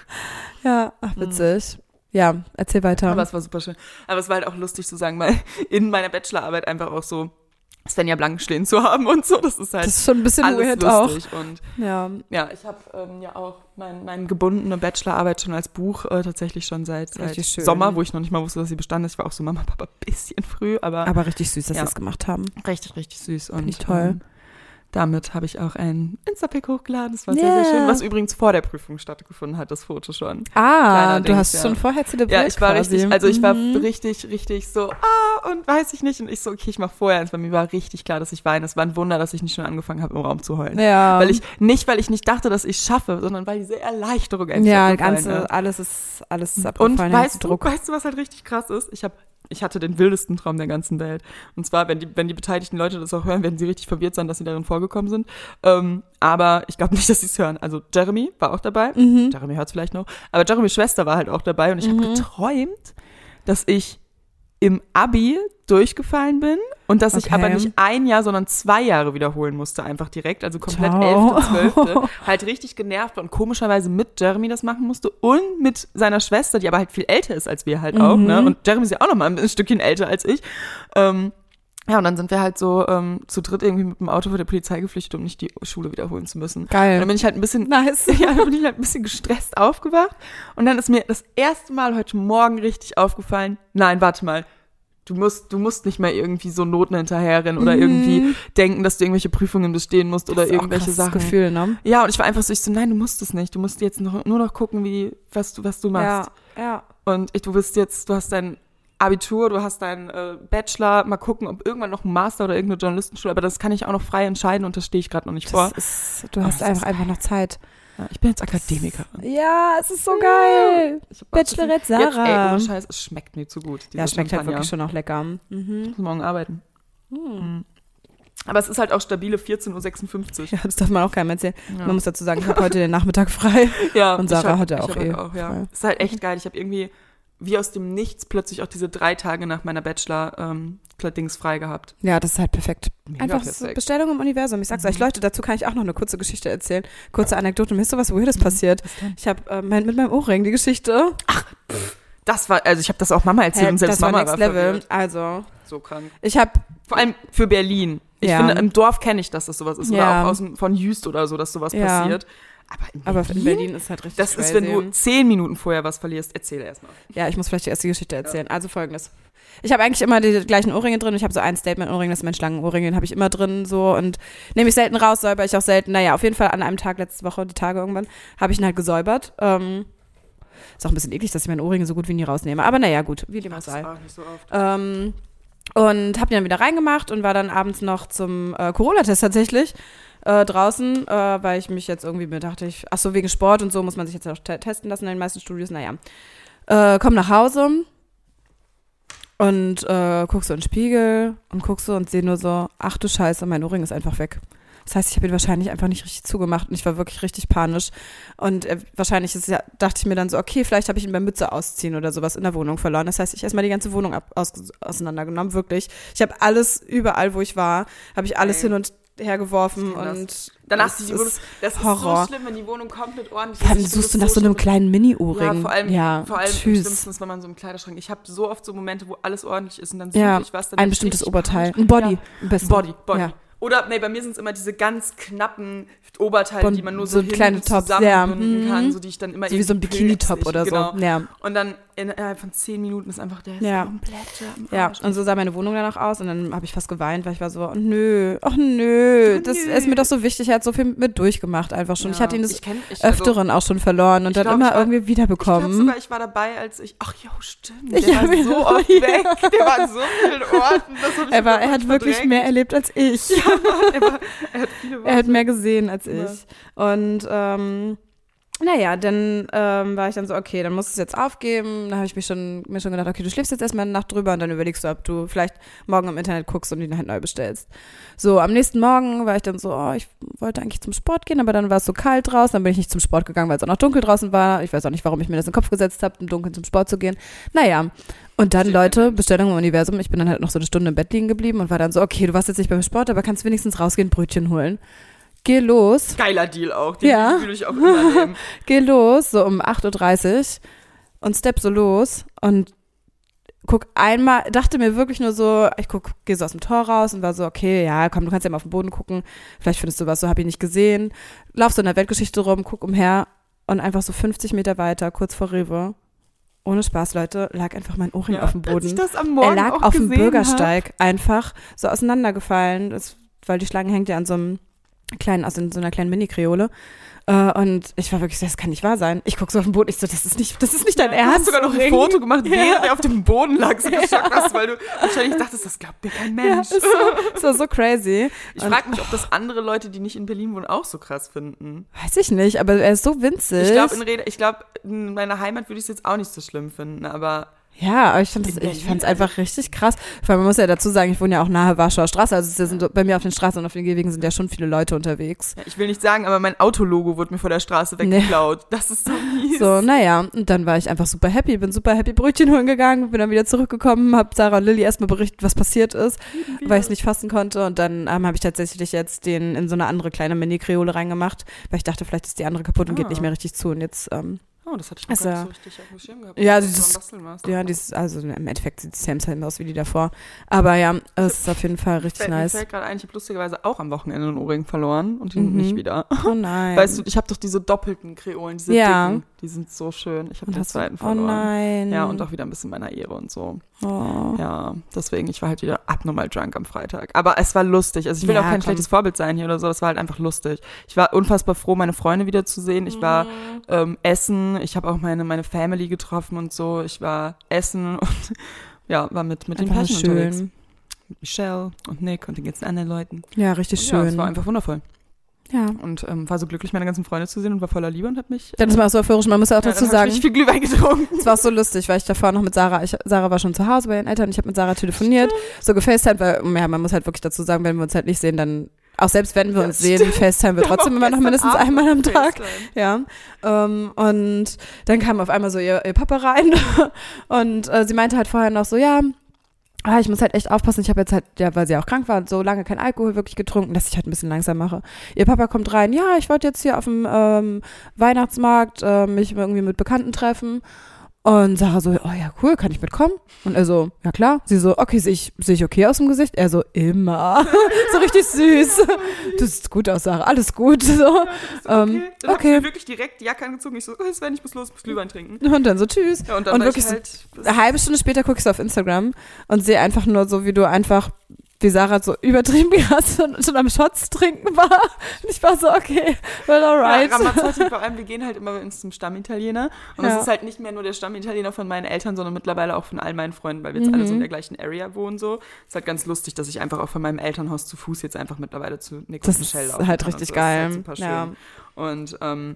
Ja, ach, witzig. Ja, erzähl weiter. Aber es war super schön. Aber es war halt auch lustig zu sagen, weil in meiner Bachelorarbeit einfach auch so Svenja Blank stehen zu haben und so. Das ist halt das ist schon ein bisschen alles weird lustig. auch. Und Ja. ja, ich habe ähm, ja auch mein, meine gebundene Bachelorarbeit schon als Buch äh, tatsächlich schon seit, seit Richtig schön. Sommer, wo ich noch nicht mal wusste, dass sie bestand ist. Ich war auch so Mama, Papa, bisschen früh, aber, Aber richtig süß, dass Ja. sie es gemacht haben. richtig, richtig süß. Und Finde ich toll. Ähm, damit habe ich auch ein Insta-Pic hochgeladen. Das war Yeah. sehr, sehr schön. Was übrigens vor der Prüfung stattgefunden hat, das Foto schon. Ah, Kleiner du Dings, hast ja. schon vorher zelebriert Ja, ich war quasi. richtig, also ich war Mhm. richtig, richtig so, ah, und weiß ich nicht. Und ich so, okay, ich mach vorher eins. Bei mir war richtig klar, dass ich weine. Es war ein Wunder, dass ich nicht schon angefangen habe, im Raum zu heulen. Ja. Weil ich, nicht, weil ich nicht dachte, dass ich es schaffe, sondern weil diese Erleichterung einfach Ja, abgefallen ganze, ist. alles ist, alles ist Und abgefallen. der ganze weißt du, Druck. weißt du, was halt richtig krass ist? Ich habe ich hatte den wildesten Traum der ganzen Welt. Und zwar, wenn die, wenn die beteiligten Leute das auch hören, werden sie richtig verwirrt sein, dass sie darin vorgekommen sind. Ähm, aber ich glaube nicht, dass sie es hören. Also Jeremy war auch dabei. Mhm. Jeremy hört es vielleicht noch. Aber Jeremys Schwester war halt auch dabei. Und ich Mhm. habe geträumt, dass ich im Abi durchgefallen bin und dass ich Okay. aber nicht ein Jahr, sondern zwei Jahre wiederholen musste, einfach direkt, also komplett Ciao. elfte und zwölfte, halt richtig genervt war und komischerweise mit Jeremy das machen musste und mit seiner Schwester, die aber halt viel älter ist als wir halt auch, Mhm. ne, und Jeremy ist ja auch noch mal ein Stückchen älter als ich, ähm, ja, und dann sind wir halt so ähm, zu dritt irgendwie mit dem Auto vor der Polizei geflüchtet, um nicht die Schule wiederholen zu müssen. Und dann Geil. bin ich halt ein bisschen, Nice. ja, dann bin ich halt ein bisschen gestresst aufgewacht und dann ist mir das erste Mal heute Morgen richtig aufgefallen, nein, warte mal, du musst, du musst nicht mehr irgendwie so Noten hinterherrennen oder Mhm. irgendwie denken, dass du irgendwelche Prüfungen bestehen musst oder Das ist auch irgendwelche krasses Sachen. Gefühl, ne? Ja, und ich war einfach so, ich so, nein, du musst es nicht, du musst jetzt noch, nur noch gucken, wie, was du, was du machst. Ja, ja. Und ich, du bist jetzt, du hast dein Abitur, du hast deinen äh, Bachelor, mal gucken, ob irgendwann noch ein Master oder irgendeine Journalistenschule, aber das kann ich auch noch frei entscheiden und das stehe ich gerade noch nicht vor. Das ist, du Oh, hast das einfach, ist einfach noch Zeit. Ja, ich bin jetzt Akademikerin. Ja, es ist so geil. Ich hab auch so Bachelorette viel- Jetzt, ey, Sarah. ohne Scheiß, es schmeckt mir zu gut. Ja, dieses schmeckt halt Champagner. wirklich schon auch lecker. Mhm. Ich muss morgen arbeiten. Mhm. Aber es ist halt auch stabile vierzehn Uhr sechsundfünfzig. Ja, das darf man auch keinem erzählen. Ja. Man muss dazu sagen, ich habe heute den Nachmittag frei. Ja, Und ich Sarah hab- hatte ich auch hab eh auch, ja. frei. Ist halt echt geil. Ich habe irgendwie wie aus dem Nichts plötzlich auch diese drei Tage nach meiner Bachelor ähm, Dings frei gehabt. Ja, das ist halt perfekt. Mega Einfach so perfekt. Bestellung im Universum. Ich sag's Mhm. euch, Leute, dazu kann ich auch noch eine kurze Geschichte erzählen. Kurze Anekdote. Mir ist sowas Weirdes passiert. Ich habe äh, mein, mit meinem Ohrring die Geschichte. Das war, also ich habe das auch Mama erzählt Hey, und selbst das war Mama Next war Level. verwirrt. Also, So krank. ich habe Vor allem für Berlin. Ich Ja. finde, im Dorf kenne ich, dass das sowas ist. Oder Ja. auch aus dem, von Jüst oder so, dass sowas Ja. passiert. Aber in Berlin, aber in Berlin ist halt richtig das ist, crazy. wenn du zehn Minuten vorher was verlierst. Erzähl erstmal. Ja, ich muss vielleicht die erste Geschichte erzählen. Also folgendes. Ich habe eigentlich immer die gleichen Ohrringe drin. Ich habe so ein Statement-Ohrring, das ist mein Schlangenohrring, den habe ich immer drin so und nehme ich selten raus, säuber ich auch selten. Naja, auf jeden Fall an einem Tag letzte Woche, die Tage irgendwann, habe ich ihn halt gesäubert. Ähm, ist auch ein bisschen eklig, dass ich meine Ohrringe so gut wie nie rausnehme. Aber naja, gut, wie dem auch Das sei. ist auch nicht so oft. Ähm, und habe den dann wieder reingemacht und war dann abends noch zum äh, Corona-Test tatsächlich äh, draußen, äh, weil ich mich jetzt irgendwie mir dachte, ich, ach so, wegen Sport und so muss man sich jetzt auch te- testen lassen in den meisten Studios. Naja, äh, komm nach Hause und äh, guck so in den Spiegel und guck so und sehe nur so, ach du Scheiße, mein Ohrring ist einfach weg. Das heißt, ich habe ihn wahrscheinlich einfach nicht richtig zugemacht und ich war wirklich richtig panisch. Und äh, wahrscheinlich ist ja, dachte ich mir dann so, okay, vielleicht habe ich ihn beim Mütze ausziehen oder sowas in der Wohnung verloren. Das heißt, ich erstmal die ganze Wohnung ab, aus, auseinandergenommen, wirklich. Ich habe alles, überall, wo ich war, habe ich alles Ey. hin und her geworfen Ich kenn das. und Danach das die Wohnung, ist das ist Horror. so schlimm, wenn die Wohnung komplett ordentlich Vor allem ist. Ich suchst du finde nach das so einem schlimm. kleinen Mini-Ohrring. Ja, vor allem, ja, vor allem am tschüss. schlimmsten ist, wenn man so im Kleiderschrank, ich habe so oft so Momente, wo alles ordentlich ist und dann suche Ja, ich was. Dann ein bin ich bestimmtes richtig Oberteil. panisch. Ein Body. Ja. Am besten. Body, Body. Ja. Oder, nee, bei mir sind es immer diese ganz knappen Oberteile, Bon- die man nur so, so hinten kleine Tops, zusammenbinden ja. kann, Mhm. so die ich dann immer So wie so ein irgendwie Bikini-Top plötzlich- oder so. Genau. Ja. Und dann innerhalb von zehn Minuten ist einfach der Ja. komplette am Ja, Arsch. und so sah meine Wohnung dann auch aus und dann habe ich fast geweint, weil ich war so, oh nö, ach nö, Oh das nö. ist mir doch so wichtig, er hat so viel mit mir durchgemacht einfach schon. Ja, Ich hatte ihn des ich kenn- ich- also- Öfteren auch schon verloren und ich dann glaub, immer ich war- irgendwie Ich glaube wiederbekommen. sogar, ich war dabei, als ich, ach ja, stimmt, der Ja, war wir- so oft ja. weg, der war an so vielen Orten. Das hab ich er, war, komplett er hat wirklich verdrängt. mehr erlebt als ich. er, war, er hat viele Er hat mehr gesehen als Ja. ich. Und ähm, Naja, dann ähm, war ich dann so, okay, dann musst du es jetzt aufgeben. Dann habe ich mich schon, mir schon gedacht, okay, du schläfst jetzt erstmal eine Nacht drüber und dann überlegst du, ob du vielleicht morgen im Internet guckst und die halt neu bestellst. So, am nächsten Morgen war ich dann so, oh, ich wollte eigentlich zum Sport gehen, aber dann war es so kalt draußen. Dann bin ich nicht zum Sport gegangen, weil es auch noch dunkel draußen war. Ich weiß auch nicht, warum ich mir das in den Kopf gesetzt habe, im Dunkeln zum Sport zu gehen. Naja, und dann, Leute, Bestellung im Universum. Ich bin dann halt noch so eine Stunde im Bett liegen geblieben und war dann so, okay, du warst jetzt nicht beim Sport, aber kannst wenigstens rausgehen, Brötchen holen. Geh los. Geiler Deal auch. Den ja. will ich auch immer nehmen. Geh los, so um acht Uhr dreißig und step so los und guck einmal, dachte mir wirklich nur so, ich guck, geh so aus dem Tor raus und war so, okay, ja, komm, du kannst ja mal auf den Boden gucken, vielleicht findest du was, so habe ich nicht gesehen. Lauf so in der Weltgeschichte rum, guck umher und einfach so fünfzig Meter weiter, kurz vor Rewe, ohne Spaß, Leute, lag einfach mein Ohrring ja, auf dem Boden. als ich das am Morgen er lag auch auf dem gesehen Bürgersteig, hab. einfach so auseinandergefallen, das, weil die Schlange hängt ja an so einem kleinen, also in so einer kleinen Mini-Kreole. Uh, und ich war wirklich so, das kann nicht wahr sein. Ich gucke so auf den Boden, ich so, das ist nicht, das ist nicht dein ja, Ernst. Du hast sogar noch ein Ring. Foto gemacht, ja. während er auf dem Boden lag, so ja. geschockt warst, weil du wahrscheinlich dachtest, das glaubt mir kein Mensch. Ja, ist so, ist so, so crazy. Ich frage mich, ob das andere Leute, die nicht in Berlin wohnen, auch so krass finden. Weiß ich nicht, aber er ist so winzig. Ich glaube, in, Rede, ich glaub, in meiner Heimat würde ich es jetzt auch nicht so schlimm finden, aber ja, aber ich fand es einfach richtig krass. Vor allem, man muss ja dazu sagen, ich wohne ja auch nahe Warschauer Straße, also es sind, bei mir auf den Straßen und auf den Gehwegen sind ja schon viele Leute unterwegs. Ja, ich will nicht sagen, aber mein Autologo wurde mir vor der Straße weggeklaut. Nee. Das ist so mies. So, naja, und dann war ich einfach super happy, bin super happy Brötchen holen gegangen, bin dann wieder zurückgekommen, habe Sarah und Lilly erstmal berichtet, was passiert ist, weil ich es nicht fassen konnte und dann ähm, habe ich tatsächlich jetzt den in so eine andere kleine Mini-Kreole reingemacht, weil ich dachte, vielleicht ist die andere kaputt und ah. geht nicht mehr richtig zu und jetzt ähm, Oh, das hatte ich noch also, gar nicht so richtig auf dem Schirm gehabt. Ja, du dieses, ja dieses, also im Endeffekt sieht die Samsung aus wie die davor. Aber ja, es ist auf jeden Fall richtig fällt, nice. Mir fällt gerade ein, ich habe lustigerweise auch am Wochenende einen Ohrring verloren und den mhm. nicht wieder. Oh nein. Weißt du, ich habe doch diese doppelten Kreolen, diese ja. dicken, die sind so schön. Ich habe den zweiten du, verloren. Oh nein. Ja, und auch wieder ein bisschen meiner Ehre und so. Oh. Ja, deswegen, ich war halt wieder abnormal drunk am Freitag. Aber es war lustig. Also ich will ja, auch kein komm. schlechtes Vorbild sein hier oder so. Es war halt einfach lustig. Ich war unfassbar froh, meine Freunde wiederzusehen. Ich war mhm. ähm, essen. Ich habe auch meine, meine Family getroffen und so. Ich war essen und ja, war mit, mit den Pärchen unterwegs. Mit Michelle und Nick und den ganzen anderen Leuten. Ja, richtig schön. Ja, es war einfach wundervoll. Ja. Und ähm, war so glücklich, meine ganzen Freunde zu sehen und war voller Liebe und hat mich... Dann ist man auch so euphorisch, man muss ja auch ja, dazu dann sagen... Ich viel Glühwein getrunken. Es war auch so lustig, weil ich davor noch mit Sarah, ich, Sarah war schon zu Hause bei ihren Eltern, ich habe mit Sarah telefoniert, stimmt. so gefacetimed, weil ja, man muss halt wirklich dazu sagen, wenn wir uns halt nicht sehen, dann... Auch selbst wenn wir uns ja, sehen, FaceTime wir trotzdem immer noch mindestens Abend einmal am Tag. FaceTime. Ja. Um, und dann kam auf einmal so ihr, ihr Papa rein und äh, sie meinte halt vorher noch so, ja... Ah, ich muss halt echt aufpassen, ich habe jetzt halt, ja, weil sie auch krank war, so lange kein Alkohol wirklich getrunken, dass ich halt ein bisschen langsam mache. Ihr Papa kommt rein, ja, ich wollte jetzt hier auf dem ähm, Weihnachtsmarkt äh, mich irgendwie mit Bekannten treffen. Und Sarah so, oh ja, cool, kann ich mitkommen? Und er so, ja klar. Sie so, okay, sehe ich, seh ich okay aus dem Gesicht? Er so, immer. So richtig süß. Du siehst gut aus, Sarah, alles gut. So. Ja, okay. Ähm, dann okay. hab ich mir wirklich direkt die Jacke angezogen. Ich so, oh, Sven, ich muss los, ich muss Glühwein trinken. Und dann so, tschüss. Ja, und dann und war wirklich ich halt, so, eine halbe Stunde später gucke ich so auf Instagram und sehe einfach nur so, wie du einfach... wie Sarah so übertrieben krass und schon am Shots trinken war. Und ich war so, okay, well, alright. Ja, Ramazzotti, vor allem, wir gehen halt immer bei uns zum Stammitaliener. Und es ja. ist halt nicht mehr nur der Stammitaliener von meinen Eltern, sondern mittlerweile auch von all meinen Freunden, weil wir jetzt mhm. alle so in der gleichen Area wohnen. So. Es ist halt ganz lustig, dass ich einfach auch von meinem Elternhaus zu Fuß jetzt einfach mittlerweile zu Nick und Michelle laufe. Das ist halt richtig so. geil. Das ist halt super schön. Ja. Und ähm,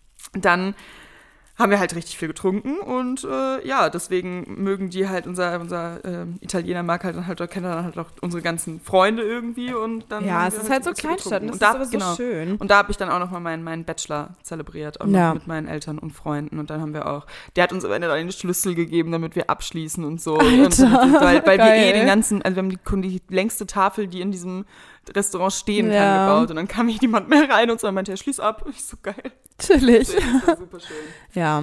dann haben wir halt richtig viel getrunken und äh, ja, deswegen mögen die halt, unser, unser äh, Italiener mag halt dann halt, kennt dann halt auch unsere ganzen Freunde irgendwie und dann ja, es ist halt, halt so Kleinstadt, das ist aber so genau, schön. Und da habe ich dann auch nochmal meinen, meinen Bachelor zelebriert, auch ja. mit meinen Eltern und Freunden und dann haben wir auch, der hat uns am Ende dann den Schlüssel gegeben, damit wir abschließen und so. Alter, und, weil weil wir eh den ganzen, also wir haben die, die längste Tafel, die in diesem Restaurant stehen ja. kann, gebaut und dann kam hier niemand mehr rein und so, dann meinte er, schließ ab. Und ich so, geil. Natürlich. Das war super schön. Ja,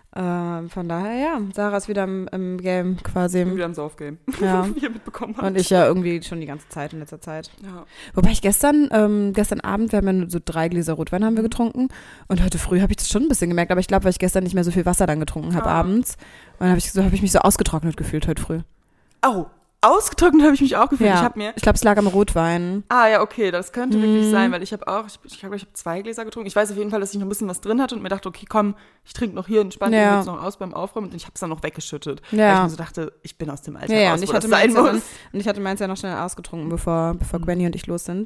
äh, von daher, ja, Sarah ist wieder im, im Game quasi. Wieder im Saufgame, ja. wie ihr mitbekommen habt. Und ich ja irgendwie schon die ganze Zeit, in letzter Zeit. Ja. Wobei ich gestern, ähm, gestern Abend, wir haben ja nur so drei Gläser Rotwein haben wir getrunken und heute früh habe ich das schon ein bisschen gemerkt, aber ich glaube, weil ich gestern nicht mehr so viel Wasser dann getrunken habe ah. abends. Und dann habe ich, so, hab ich mich so ausgetrocknet gefühlt heute früh. Au! Ausgetrocknet habe ich mich auch gefühlt. Ja. Ich habe mir. Ich glaube, es lag am Rotwein. Ah ja, okay, das könnte mm. wirklich sein, weil ich habe auch, ich, ich glaube, ich habe zwei Gläser getrunken. Ich weiß auf jeden Fall, dass ich noch ein bisschen was drin hatte und mir dachte, okay, komm, ich trinke noch hier entspannt, ja. jetzt noch aus beim Aufräumen und ich habe es dann noch weggeschüttet. Ja. Weil ich mir so dachte, ich bin aus dem Alter ja, ja. raus, Und ich wo hatte das sein muss. Ja dann, und ich hatte meins ja noch schnell ausgetrunken, bevor, bevor Gwenny und ich los sind.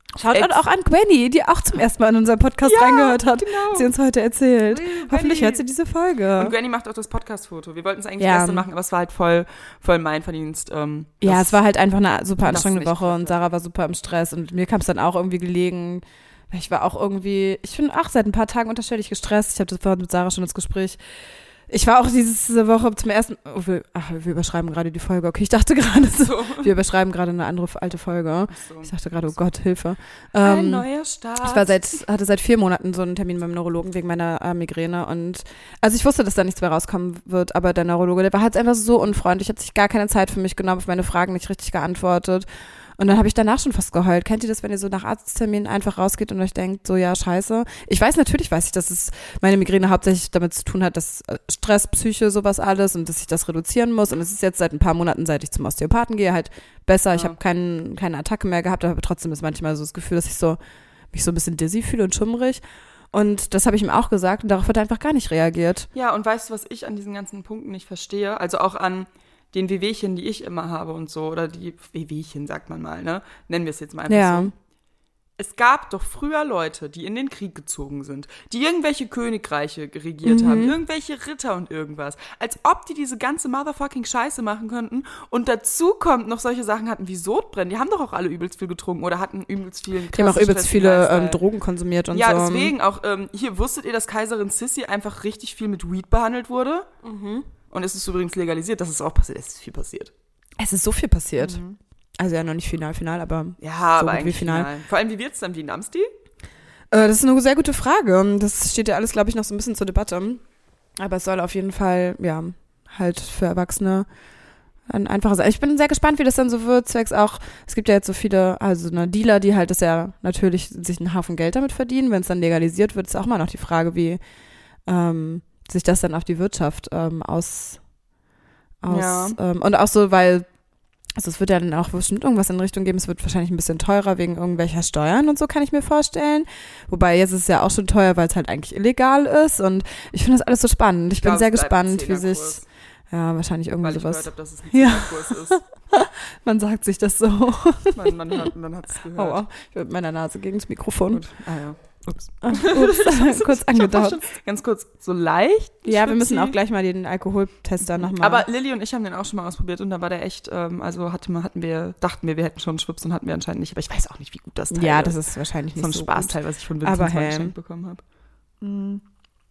Schaut Ex- auch an Gwenny, die auch zum ersten Mal in unseren Podcast Ja, reingehört hat. genau. Sie uns heute erzählt. Hey, Hoffentlich Gwenny. hört sie diese Folge. Und Gwenny macht auch das Podcast-Foto. Wir wollten es eigentlich Ja. gestern machen, aber es war halt voll, voll mein Verdienst. Ähm, Ja, das- es war halt einfach eine super das anstrengende nicht Woche geklappt und hat. Sarah war super im Stress und mir kam es dann auch irgendwie gelegen. Ich war auch irgendwie, ich bin auch seit ein paar Tagen unterschiedlich gestresst. Ich hatte vorhin mit Sarah schon das Gespräch. Ich war auch diese Woche zum ersten oh, wir, ach, wir überschreiben gerade die Folge. Okay, ich dachte gerade so, so. wir überschreiben gerade eine andere alte Folge. so. Ich dachte gerade, oh Gott, Hilfe. Ein Ähm, neuer Start. Ich war seit, hatte seit vier Monaten so einen Termin beim Neurologen wegen meiner äh, Migräne und also ich wusste, dass da nichts mehr rauskommen wird, aber der Neurologe, der war halt einfach so unfreundlich, hat sich gar keine Zeit für mich genommen, auf meine Fragen nicht richtig geantwortet und dann habe ich danach schon fast geheult. Kennt ihr das, wenn ihr so nach Arztterminen einfach rausgeht und euch denkt, so ja, scheiße. Ich weiß, natürlich weiß ich, dass es meine Migräne hauptsächlich damit zu tun hat, dass äh, Stress, Psyche, sowas alles und dass ich das reduzieren muss und es ist jetzt seit ein paar Monaten, seit ich zum Osteopathen gehe, halt besser. Ich Ja. habe keinen, keine Attacke mehr gehabt, aber trotzdem ist manchmal so das Gefühl, dass ich so mich so ein bisschen dizzy fühle und schummrig. Und das habe ich ihm auch gesagt und darauf hat er einfach gar nicht reagiert. Ja, und weißt du, was ich an diesen ganzen Punkten nicht verstehe? Also auch an den Wehwehchen, die ich immer habe und so, oder die Wehwehchen, sagt man mal, ne? Nennen wir es jetzt mal einfach Ja. so. Es gab doch früher Leute, die in den Krieg gezogen sind, die irgendwelche Königreiche regiert Mhm. haben, irgendwelche Ritter und irgendwas. Als ob die diese ganze motherfucking Scheiße machen könnten. Und dazu kommt noch solche Sachen hatten wie Sodbrennen. Die haben doch auch alle übelst viel getrunken oder hatten übelst viel Die haben auch krassen übelst stressigen viele Lifestyle. ähm, Drogen konsumiert und Ja, so. deswegen auch, ähm, hier, wusstet ihr, dass Kaiserin Sissi einfach richtig viel mit Weed behandelt wurde? Mhm. Und es ist übrigens legalisiert, das ist auch passiert, es ist viel passiert. Es ist so viel passiert. Also ja, noch nicht final, final, aber Ja, So aber gut wie eigentlich final. final. Vor allem, wie wird's dann, wie namst die? Äh, das ist eine sehr gute Frage. Das steht ja alles, glaube ich, noch so ein bisschen zur Debatte. Aber es soll auf jeden Fall, ja, halt für Erwachsene ein einfacher sein. Ich bin sehr gespannt, wie das dann so wird. Zwecks auch, es gibt ja jetzt so viele, also ne, Dealer, die halt das ja natürlich sich einen Haufen Geld damit verdienen. Wenn es dann legalisiert wird, ist auch mal noch die Frage, wie ähm, sich das dann auf die Wirtschaft ähm, aus, aus Ja. ähm, und auch so, weil also es wird ja dann auch bestimmt irgendwas in Richtung geben, es wird wahrscheinlich ein bisschen teurer wegen irgendwelcher Steuern und so, kann ich mir vorstellen. Wobei jetzt ist es ja auch schon teuer, weil es halt eigentlich illegal ist und ich finde das alles so spannend. Ich bin glaub, sehr es bleibt ein gespannt, wie sich, Zehnerkurs, ja, wahrscheinlich irgendwie weil ich gehört sowas. habe, dass es ein Ja. Zehnerkurs ist. Man sagt sich das so. Man, man hat man hat's gehört. Aua, ich bin mit meiner Nase gegen das Mikrofon. Gut. Ah ja. Ups. Ah, ups, kurz Ich hab auch angedauert. schon ganz kurz, so leicht. Ja, wir müssen Schnipsi. auch gleich mal den Alkoholtester nochmal. Aber Lilly und ich haben den auch schon mal ausprobiert und da war der echt, ähm, also hatte, man- hatten wir, dachten wir, wir hätten schon einen Schwips und hatten wir anscheinend nicht. Aber ich weiß auch nicht, wie gut das Teil ja, ist. das ist wahrscheinlich nicht so ein so Spaßteil, was ich von Aber Vincent mal hey. geschenkt bekommen habe. Mhm.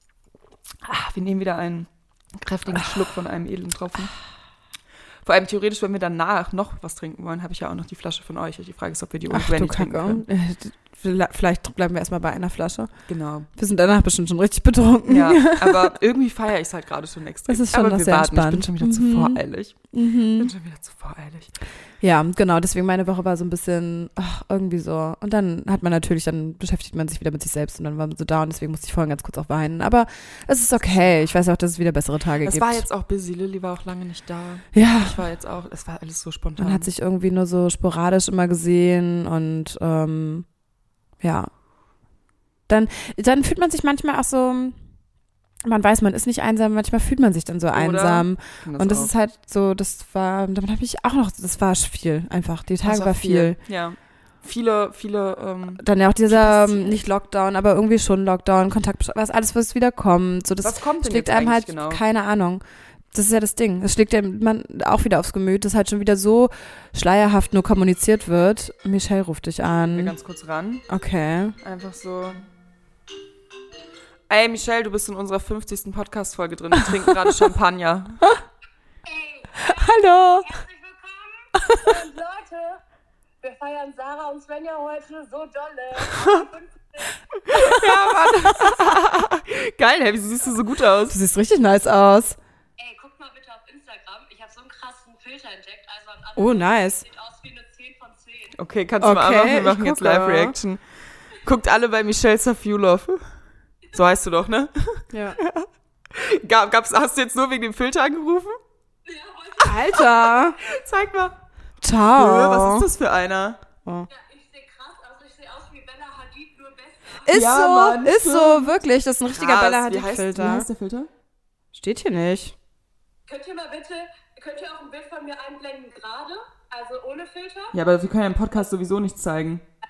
Ah, wir nehmen wieder einen kräftigen Schluck von einem edlen Tropfen. Vor allem theoretisch, wenn wir danach noch was trinken wollen, habe ich ja auch noch die Flasche von euch. Die Frage ist, ob wir die ohne Ach du Granny trinken Kacke. können. Äh, Vielleicht bleiben wir erstmal bei einer Flasche. Genau. Wir sind danach bestimmt schon richtig betrunken. Ja, aber irgendwie feiere ich es halt gerade schon extrem. Das ist schon aber noch wir sehr warten, ich bin entspannt. schon wieder zu Mhm. voreilig. Ich Mhm. bin schon wieder zu voreilig. Ja, genau. Deswegen meine Woche war so ein bisschen ach, irgendwie so. Und dann hat man natürlich, dann beschäftigt man sich wieder mit sich selbst und dann war man so da und deswegen musste ich vorhin ganz kurz auch weinen. Aber es ist okay. Ich weiß auch, dass es wieder bessere Tage Es gibt. war jetzt auch busy. Lilly war auch lange nicht da. ja, Ich war jetzt auch, es war alles so spontan. man hat sich irgendwie nur so sporadisch immer gesehen und ähm, ja. Dann, dann fühlt man sich manchmal auch so, man weiß, man ist nicht einsam, manchmal fühlt man sich dann so einsam. Das Und das auch. ist halt so, das war, damit habe ich auch noch, das war viel einfach. Die Das Tage war viel. Ja. Viele, viele, ähm, Dann ja auch dieser, Viel ähm, passiert. nicht Lockdown, aber irgendwie schon Lockdown, Kontakt, was alles, was wieder kommt. So, das was kommt denn schlägt jetzt einem halt, eigentlich genau? keine Ahnung. Das ist ja das Ding. Das schlägt einem man auch wieder aufs Gemüt, dass halt schon wieder so schleierhaft nur kommuniziert wird. Michelle ruft dich Wir an. ganz kurz ran. Okay. Einfach so. Ey, Michelle, du bist in unserer fünfzigsten Podcast-Folge drin. Wir trinken gerade Champagner. Hallo. Herzlich willkommen. Und Leute, wir feiern Sarah und Svenja heute so dolle. Geil, hey, wieso siehst du so gut aus? Du siehst richtig nice aus. Ey, guckt mal bitte auf Instagram. Ich habe so einen krassen Filter entdeckt. Also an Oh, nice. Sieht aus wie eine zehn von zehn. Okay, kannst du mal Okay, anmachen? Wir ich machen jetzt gucke. Live-Reaction. Guckt alle bei Michelle Safiulov. So heißt du doch, ne? Ja. Gab, gab's, hast du jetzt nur wegen dem Filter angerufen? Alter. Zeig mal. Ciao. Äh, was ist das für einer? Ja, ich sehe krass aus. Ich sehe aus wie Bella Hadid, nur besser. Ist Ja, so, Mann, ist stimmt. so, wirklich. Das ist ein richtiger Krass, Bella wie Hadid heißt- Filter. Wie heißt der Filter? Steht hier nicht. Könnt ihr mal bitte, könnt ihr auch ein Bild von mir einblenden gerade? Also ohne Filter? Ja, aber wir können ja im Podcast sowieso nichts zeigen. Ja,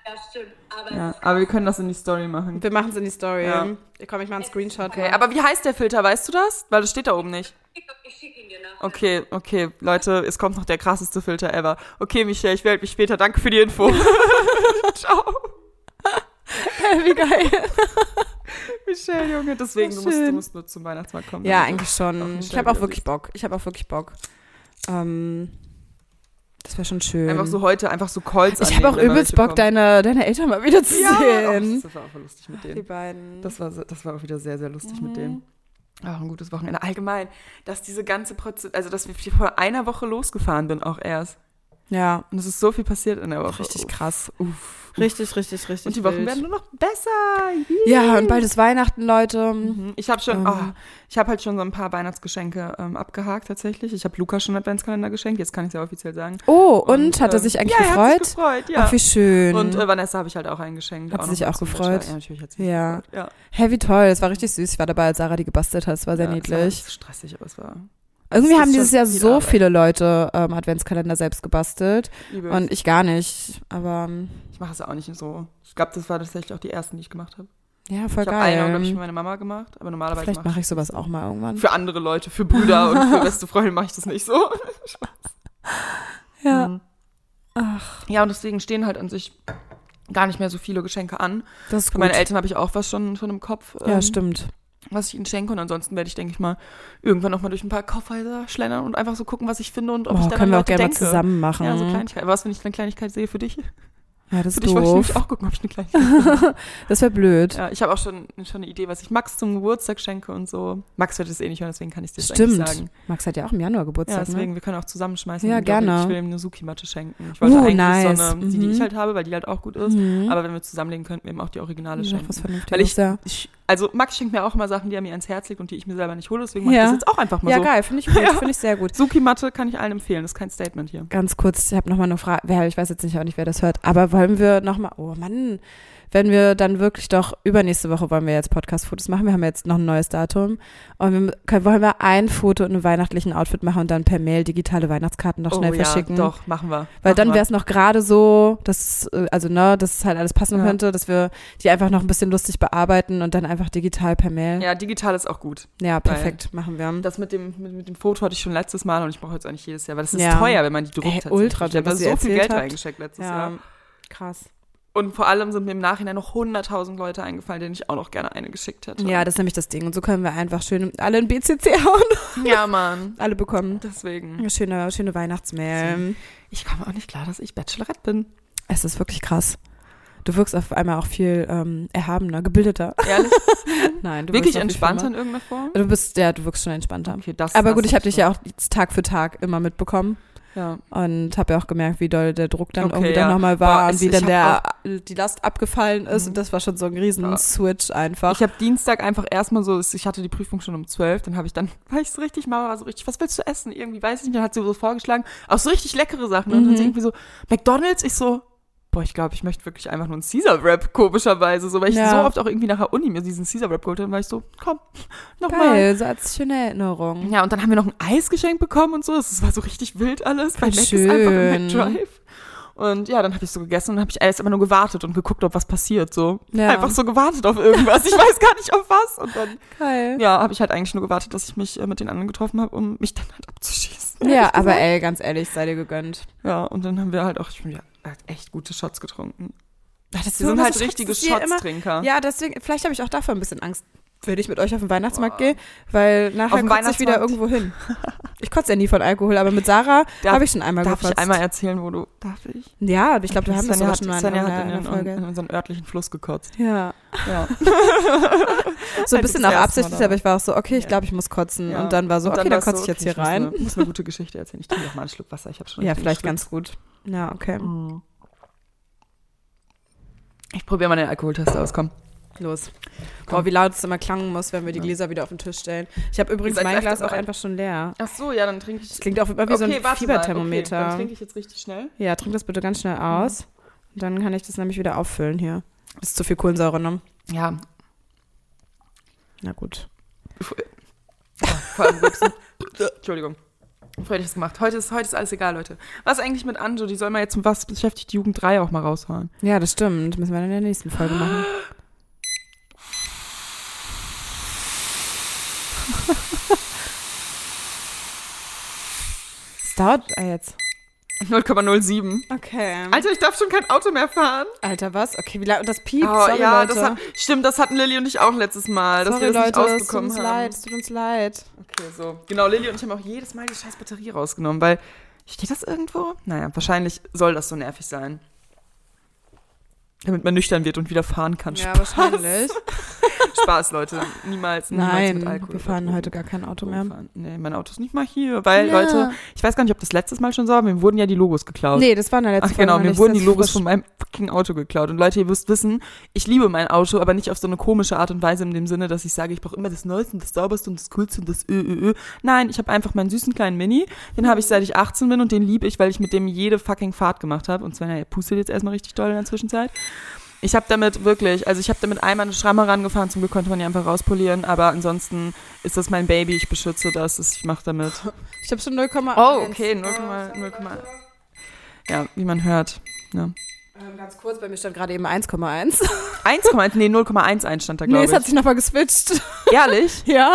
Ja, stimmt. Aber Ja, aber wir können das in die Story machen. Wir machen es in die Story. Ja. Komm, ich mache einen Screenshot. Okay, aber wie heißt der Filter, weißt du das? Weil das steht da oben nicht. ich schicke ihn dir nach. Okay, okay, Leute, es kommt noch der krasseste Filter ever. Okay, Michelle, ich melde mich später. Danke für die Info. Ciao. Wie geil. Michelle, Junge, deswegen, du Ach, musst, du schön. musst nur zum Weihnachtsmarkt kommen. Ja, damit du eigentlich auch schon. nicht Ich habe auch wieder wirklich siehst. Bock. Ich habe auch wirklich Bock. Ähm, das wäre schon schön. Einfach so heute, einfach so Calls ich habe auch annehmen, wenn übelst welche Bock, kommen. deine, deine Eltern mal wieder zu Ja, sehen. oh, das war auch lustig mit Die denen. beiden. Das war, so- das war auch wieder sehr, sehr lustig Mhm. mit denen. Auch ein gutes Wochenende. Allgemein, dass diese ganze Prozess, also dass wir vor einer Woche losgefahren bin auch erst. Ja, Und es ist so viel passiert in der Woche. richtig Uff. krass. Uff. Richtig, richtig, richtig. Und die Wochen wild. werden nur noch besser. Ja, und bald ist Weihnachten, Leute. Mhm. Ich habe schon, Ähm. oh, ich habe halt schon so ein paar Weihnachtsgeschenke ähm, abgehakt tatsächlich. Ich habe Luca schon einen Adventskalender geschenkt, jetzt kann ich es ja offiziell sagen. Oh, und, hat er ähm, sich eigentlich ja, gefreut? Er hat sich gefreut, ja. Ach, wie schön. Und äh, Vanessa habe ich halt auch eingeschenkt. Hat sie noch sich mal auch zum gefreut? Bachelor. Ja, natürlich hat sie sich Ja. gefreut. Ja. Hey, wie toll. Das war richtig süß. Ich war dabei, als Sarah die gebastelt hat. Das war sehr ja, niedlich. Es war stressig, aber es war Irgendwie es ist haben dieses schon Jahr viel so Arbeit. viele Leute ähm, Adventskalender selbst gebastelt. übel. Und ich gar nicht. Aber ähm, ich mache es ja auch nicht so. Ich glaube, das war tatsächlich auch die ersten, die ich gemacht habe. ja, voll Ich habe eine, glaube ich, geil. für meine Mama gemacht, aber normalerweise Vielleicht mache mache ich sowas auch mal irgendwann. für andere Leute, für Brüder und für beste Freunde mache ich das nicht so. Ja. Mhm. Ach, Ja, und deswegen stehen halt an sich gar nicht mehr so viele Geschenke an. das ist Für gut. meine Eltern habe ich auch was schon, schon im Kopf, Ja, ähm, stimmt. was ich ihnen schenke. Und ansonsten werde ich, denke ich mal, irgendwann noch mal durch ein paar Kaufhäuser schlendern und einfach so gucken, was ich finde und ob Oh, ich dann können an wir auch Leute gerne mal denke. zusammen machen. Ja, so Kleinigkeit. Was, wenn ich eine Kleinigkeit sehe für dich? Ja, das Für ist dich wollte ich doof. nämlich auch gucken, ob ich eine Kleinigkeit finde. Das wäre blöd. Ja, ich habe auch schon, schon eine Idee, was ich Max zum Geburtstag schenke und so. Max wird es eh nicht hören, deswegen kann ich es dir jetzt eigentlich Stimmt. sagen. Max hat ja auch im Januar Ja, Geburtstag, deswegen, ne? wir können auch zusammenschmeißen. Ja, Und ich glaube, gerne. Ich will ihm eine Suki-Matte schenken. Ich wollte Uh, eigentlich nice. so eine, die, die Mhm. ich halt habe, weil die halt auch gut ist. Mhm. Aber wenn wir zusammenlegen, könnten wir ihm auch die Originale Ja, schenken. was Vernünftiges, Weil ich, ja. ich, also Max schenkt mir auch immer Sachen, die er mir ans Herz legt und die ich mir selber nicht hole. Deswegen mache Ja. ich das jetzt auch einfach mal Ja, so. geil, finde ich gut, Ja. finde ich sehr gut. Suki-Matte kann ich allen empfehlen, das ist kein Statement hier. Ganz kurz, ich habe nochmal eine Frage, wer, ich weiß jetzt nicht auch nicht, wer das hört, aber wollen wir nochmal, oh Mann, wenn wir dann wirklich doch, übernächste Woche wollen wir jetzt Podcast-Fotos machen, wir haben jetzt noch ein neues Datum und wir können, wollen wir ein Foto in einem weihnachtlichen Outfit machen und dann per Mail digitale Weihnachtskarten noch schnell oh, verschicken. Ja, doch, machen wir. Weil machen dann wir. wäre es noch gerade so, dass, äh, also ne, dass es halt alles passen Ja. könnte, dass wir die einfach noch ein bisschen lustig bearbeiten und dann einfach digital per Mail. Ja, digital ist auch gut. Ja, perfekt, machen wir. Das mit dem, mit, mit dem Foto hatte ich schon letztes Mal und ich brauche jetzt auch nicht jedes Jahr, weil das ist Ja. teuer, wenn man die druckt. Ey, tatsächlich. ultra Ich habe teuer, da was so ihr viel erzählt Geld habt. reingesteckt letztes Ja, Jahr. krass. Und vor allem sind mir im Nachhinein noch hunderttausend Leute eingefallen, denen ich auch noch gerne eine geschickt hätte. Ja, das ist nämlich das Ding. Und so können wir einfach schön alle in B C C hauen. Ja, Mann. Alle bekommen. Deswegen. Eine schöne, schöne Weihnachtsmail. Ich komme auch nicht klar, dass ich Bachelorette bin. Es ist wirklich krass. Du wirkst auf einmal auch viel ähm, erhabener, gebildeter. Ehrlich? Nein, du Wirklich wirkst auch viel entspannter in schlimmer. irgendeiner Form? Du bist, ja, du wirkst schon entspannter. Okay, das, Aber das gut, ich habe dich ja schon. auch jetzt Tag für Tag immer mitbekommen. Ja. Und habe ja auch gemerkt, wie doll der Druck dann Okay, irgendwie ja. dann nochmal war Boah, und es- wie ich dann hab der, die Last abgefallen ist. Mhm. Und das war schon so ein riesen Ja. Switch einfach. Ich habe Dienstag einfach erstmal so, ich hatte die Prüfung schon um zwölf, dann habe ich dann, war ich so richtig, Mama war so richtig, was willst du essen? Irgendwie, weiß ich nicht, dann hat sie so vorgeschlagen, auch so richtig leckere Sachen. Und dann Mhm. hat sie irgendwie so, McDonald's, ich so, boah, ich glaube, ich möchte wirklich einfach nur einen Caesar-Wrap, komischerweise, so, weil ich Ja. so oft auch irgendwie nach der Uni mir diesen Caesar-Wrap geholt habe, dann war ich so, komm, nochmal. Geil, so als schöne Erinnerung. Ja, und dann haben wir noch ein Eis geschenkt bekommen und so, das war so richtig wild alles, bei Voll Mac ist einfach im schön. McDrive. Und ja, dann habe ich so gegessen und dann habe ich erst immer nur gewartet und geguckt, ob was passiert, so. Ja. Einfach so gewartet auf irgendwas, ich weiß gar nicht auf was. Und dann Geil. ja, habe ich halt eigentlich nur gewartet, dass ich mich äh, mit den anderen getroffen habe, um mich dann halt abzuschießen. Ja, ehrlich aber gesagt. ey, ganz ehrlich, sei dir gegönnt. Ja, und dann haben wir halt auch, ich bin ja halt echt gute Shots getrunken. Das Wir sind halt richtige Shots-Trinker. Ja, deswegen, vielleicht habe ich auch davor ein bisschen Angst, wenn ich mit euch auf den Weihnachtsmarkt Boah. gehe, weil nachher Auf dem kotze ich wieder Weihnachtsmarkt? irgendwo hin. Ich kotze ja nie von Alkohol, aber mit Sarah Darf- habe ich schon einmal Darf gekotzt. ich einmal erzählen, wo du, darf ich? Ja, ich glaube, wir haben das Svenja sogar hat, schon mal in, Svenja hat einer, in, in in, einer in, Folge. unseren örtlichen Fluss gekotzt. Ja, Ja. so ein Halt bisschen das auch erste absichtlich, Mal aber ich war auch so, okay, ich Ja. glaube, ich muss kotzen. Ja. Und dann war so, Und dann okay, dann war's so, kotze ich jetzt okay, hier rein. Muss eine, muss eine gute Geschichte erzählen. Ich trinke doch mal einen Schluck Wasser. Ich habe schon Ja, richtig vielleicht geschwitzt. ganz gut. Ja, okay. Mhm. Ich probiere mal den Alkoholtest aus, komm. Los. Boah, wie laut es immer klangen muss, wenn wir die Gläser wieder auf den Tisch stellen. Ich habe übrigens Seid mein ihr Glas auch bereit? einfach schon leer. Ach so, ja, dann trinke ich. Das klingt auch immer wie so ein warte mal. Fieberthermometer. Okay, dann trinke ich jetzt richtig schnell. Ja, trink das bitte ganz schnell aus. Und dann kann ich das nämlich wieder auffüllen hier. Das ist zu viel Kohlensäure, ne? Ja, Na gut. vor allem rülpsen. Entschuldigung. Freudig es gemacht. Heute ist, heute ist alles egal, Leute. Was eigentlich mit Anjo? Die soll mal jetzt, was beschäftigt die Jugend drei auch mal raushauen. Ja, das stimmt. Müssen wir dann in der nächsten Folge machen. Es dauert ah, jetzt. null Komma null sieben. Okay. Alter, ich darf schon kein Auto mehr fahren. Alter, was? Okay, wie lange? Das piept. Oh, Sorry, ja, Leute. das hat, stimmt, das hatten Lilly und ich auch letztes Mal, dass Sorry, wir das Leute, nicht es tut ausbekommen uns haben. leid, es tut uns leid. Okay, so. Genau, Lilly und ich haben auch jedes Mal die scheiß Batterie rausgenommen, weil, steht das irgendwo? Naja, wahrscheinlich soll das so nervig sein. Damit man nüchtern wird und wieder fahren kann. Ja, Spaß. wahrscheinlich. Spaß, Leute. Niemals, niemals Nein, mit Alkohol. wir fahren heute gar kein Auto mehr. Fahren. Nee, mein Auto ist nicht mal hier, weil, Ja. Leute, ich weiß gar nicht, ob das letztes Mal schon so war, aber mir wurden ja die Logos geklaut. Nee, das war in der letzten Ach genau, Folge mir noch wurden die nicht. Logos Das von meinem fucking Auto geklaut. Und Leute, ihr müsst wissen, ich liebe mein Auto, aber nicht auf so eine komische Art und Weise in dem Sinne, dass ich sage, ich brauche immer das Neueste und das Sauberste und das Coolste und das Ö, Ö, Ö. Nein, ich habe einfach meinen süßen kleinen Mini, den habe ich seit ich achtzehn bin und den liebe ich, weil ich mit dem jede fucking Fahrt gemacht habe. Und Svenja, ihr pustet jetzt erstmal richtig doll in der Zwischenzeit. Ich habe damit wirklich, also ich habe damit einmal eine Schramme rangefahren, zum Glück konnte man die einfach rauspolieren, aber ansonsten ist das mein Baby, ich beschütze das, ich mache damit. Ich habe schon null Komma eins. Oh, okay, null Komma null. Ja, wie man hört. Ja. Ähm, ganz kurz, bei mir stand gerade eben eins Komma eins. eins Komma eins, nee, null Komma eins stand da, glaube Nee, ich. es hat sich nochmal geswitcht. Ehrlich? Ja.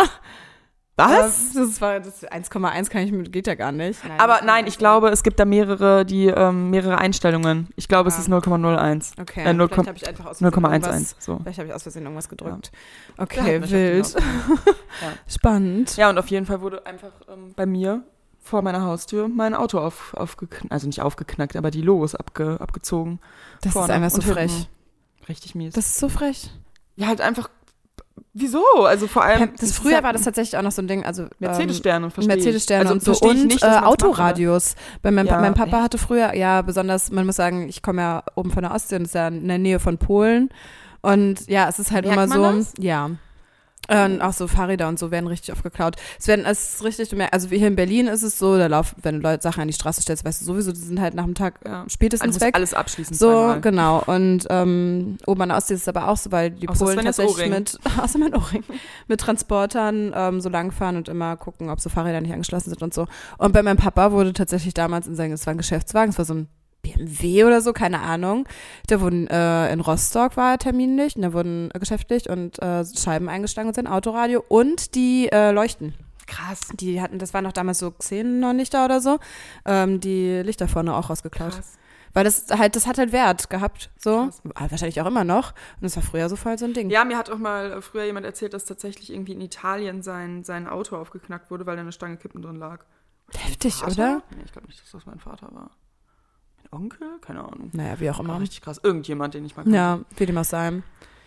Was? Ähm, das war das eins Komma eins kann ich mit, geht ja gar nicht. Nein, Aber nein, ich glaube, es gibt da mehrere, die ähm, mehrere Einstellungen. Ich glaube, es Ah. ist null Komma null eins. Okay, Äh, null vielleicht habe ich einfach aus null Versehen Komma eins irgendwas, eins. So. vielleicht habe ich aus Versehen irgendwas gedrückt. Ja, Okay, das wild. hat mich Ja. Spannend. Ja, und auf jeden Fall wurde einfach ähm, bei mir vor meiner Haustür mein Auto auf, aufgeknackt, also nicht aufgeknackt, aber die Logos abge, abgezogen. Das vorne ist einfach so und hinten. frech. Richtig mies. Das ist so frech. ja, halt einfach, wieso? Also vor allem. Das ist früher halt war das tatsächlich auch noch so ein Ding, also Mercedes-Sterne, ähm, verstehe ich. Mercedes-Sterne Also und so verstehe ich und nicht, dass äh, man's macht, aber- Autoradios. Bei meinem, Ja, mein Papa echt? hatte früher, ja, besonders, man muss sagen, ich komme ja oben von der Ostsee und ist ja in der Nähe von Polen und ja, es ist halt Merkt immer man so, das? ja. Und auch so Fahrräder und so werden richtig oft geklaut. Es werden, es ist richtig, du merkst, also wie hier in Berlin ist es so, da laufen, wenn du Leute Sachen an die Straße stellst, weißt du sowieso, die sind halt nach dem Tag Ja. spätestens Also weg. alles abschließen. So, zweimal. genau. Und ähm, oben an der Ostsee ist es aber auch so, weil die Außer Polen Svenjas tatsächlich Ohrring. mit, außer mein Ohrring, mit Transportern ähm, so langfahren und immer gucken, ob so Fahrräder nicht angeschlossen sind und so. Und bei meinem Papa wurde tatsächlich damals in seinem, es war ein Geschäftswagen, es war so ein B M W oder so, keine Ahnung. Da wurden äh, in Rostock war er terminlich, und da wurden äh, geschäftlich und äh, Scheiben eingeschlagen und sein Autoradio und die äh, Leuchten. Krass. Die hatten, das waren noch damals so Xenon-Lichter oder so, ähm, die Lichter vorne auch rausgeklaut. Krass. Weil das halt, das hat halt Wert gehabt, so. Krass. Ah, wahrscheinlich auch immer noch. Und das war früher so voll so ein Ding. Ja, mir hat auch mal äh, früher jemand erzählt, dass tatsächlich irgendwie in Italien sein, sein Auto aufgeknackt wurde, weil da eine Stange Kippen drin lag. Heftig, Vater? oder? Nee, ich glaube nicht, dass das mein Vater war. Mein Onkel? Keine Ahnung. Naja, wie auch Aber immer. richtig krass. Irgendjemand, den ich mal kannte. Ja, wie dem auch sein.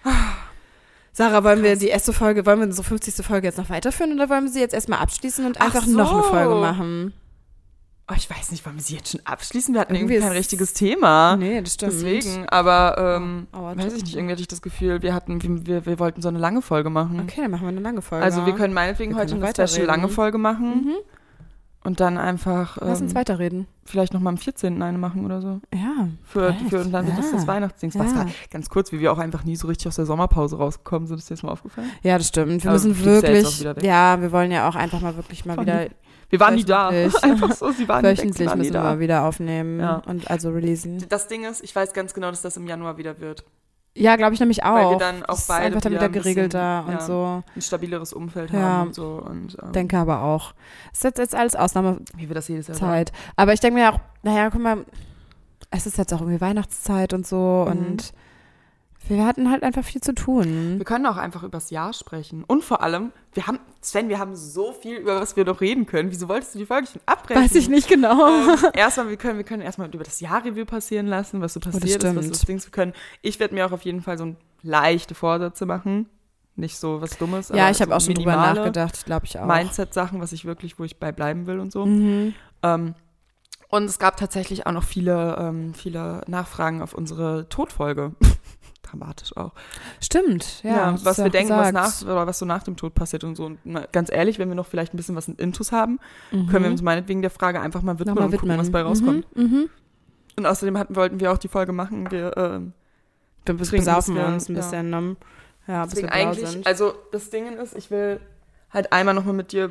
Sarah, wollen wir die erste Folge, wollen wir unsere fünfzigste Folge jetzt noch weiterführen oder wollen wir sie jetzt erstmal abschließen und Ach einfach so. noch eine Folge machen? Oh, ich weiß nicht, wollen wir sie jetzt schon abschließen? Wir hatten Irgendwie irgendwie kein ist- richtiges Thema. Nee, das stimmt. Deswegen, aber ähm, Aber weiß ich nicht, irgendwie hatte ich das Gefühl, wir hatten, wir, wir, wir wollten so eine lange Folge machen. Okay, dann machen wir eine lange Folge. Also wir können meinetwegen Wir heute können eine noch special weiterreden. lange Folge machen Mhm. und dann einfach Lass uns ähm, weiterreden. vielleicht nochmal am vierzehnten eine machen oder so. Ja. Für, Echt? für und dann wird das Ja. das Weihnachtsding. Ja. Was war ganz kurz, wie wir auch einfach nie so richtig aus der Sommerpause rausgekommen sind. Ist dir das mal aufgefallen? Ja, das stimmt. Wir Aber müssen du fliegst ja jetzt wirklich, auch wieder weg. ja, wir wollen ja auch einfach mal wirklich mal War wieder nie- Wir waren nie da. Wöchentlich. Einfach so, sie waren nie weg, sie wöchentlich waren nie müssen wir da. mal wieder aufnehmen Ja. und also releasen. Das Ding ist, ich weiß ganz genau, dass das im Januar wieder wird. Ja, glaube ich nämlich auch. Weil wir dann auch Das ist beide einfach dann wieder wieder ein bisschen, geregelter und ja. so. Ein stabileres Umfeld Ja. haben und so. Und, ähm, Denke aber auch. Es ist jetzt, jetzt alles Ausnahmezeit. wie wir das jedes Jahr sagen. Aber ich denke mir auch, naja, guck mal, es ist jetzt auch irgendwie Weihnachtszeit und so Mhm. und wir hatten halt einfach viel zu tun. Wir können auch einfach übers Jahr sprechen. Und vor allem, wir haben, Sven, wir haben so viel, über was wir noch reden können. Wieso wolltest du die Folge schon abbrechen? Weiß ich nicht genau. Ähm, erstmal, wir können, wir können erstmal über das Jahr-Review passieren lassen, was so passiert ist, was so stimmt. das Ding wir können. Ich werde mir auch auf jeden Fall so leichte Vorsätze machen. Nicht so was Dummes, Ja, aber ich habe so auch schon drüber minimale nachgedacht, ich glaube ich auch. Mindset-Sachen, was ich wirklich, wo ich bei bleiben will und so. Mhm. Ähm, und es gab tatsächlich auch noch viele, ähm, viele Nachfragen auf unsere Todfolge. Dramatisch auch. Stimmt, ja. Ja, hast was du wir auch denken, was, gesagt. nach, oder was so nach dem Tod passiert und so. Und na, ganz ehrlich, wenn wir noch vielleicht ein bisschen was in Intus haben, Mhm. können wir uns meinetwegen der Frage einfach mal widmen Nochmal und gucken, widmen. was bei rauskommt. Mhm. Mhm. Und außerdem hatten, wollten wir auch die Folge machen. Wir, ähm, Wir Trinken, besaufen bis wir- uns ein ja. bisschen, ne? Ja, bis wir deswegen blau eigentlich, sind. also das Ding ist, ich will halt einmal nochmal mit dir über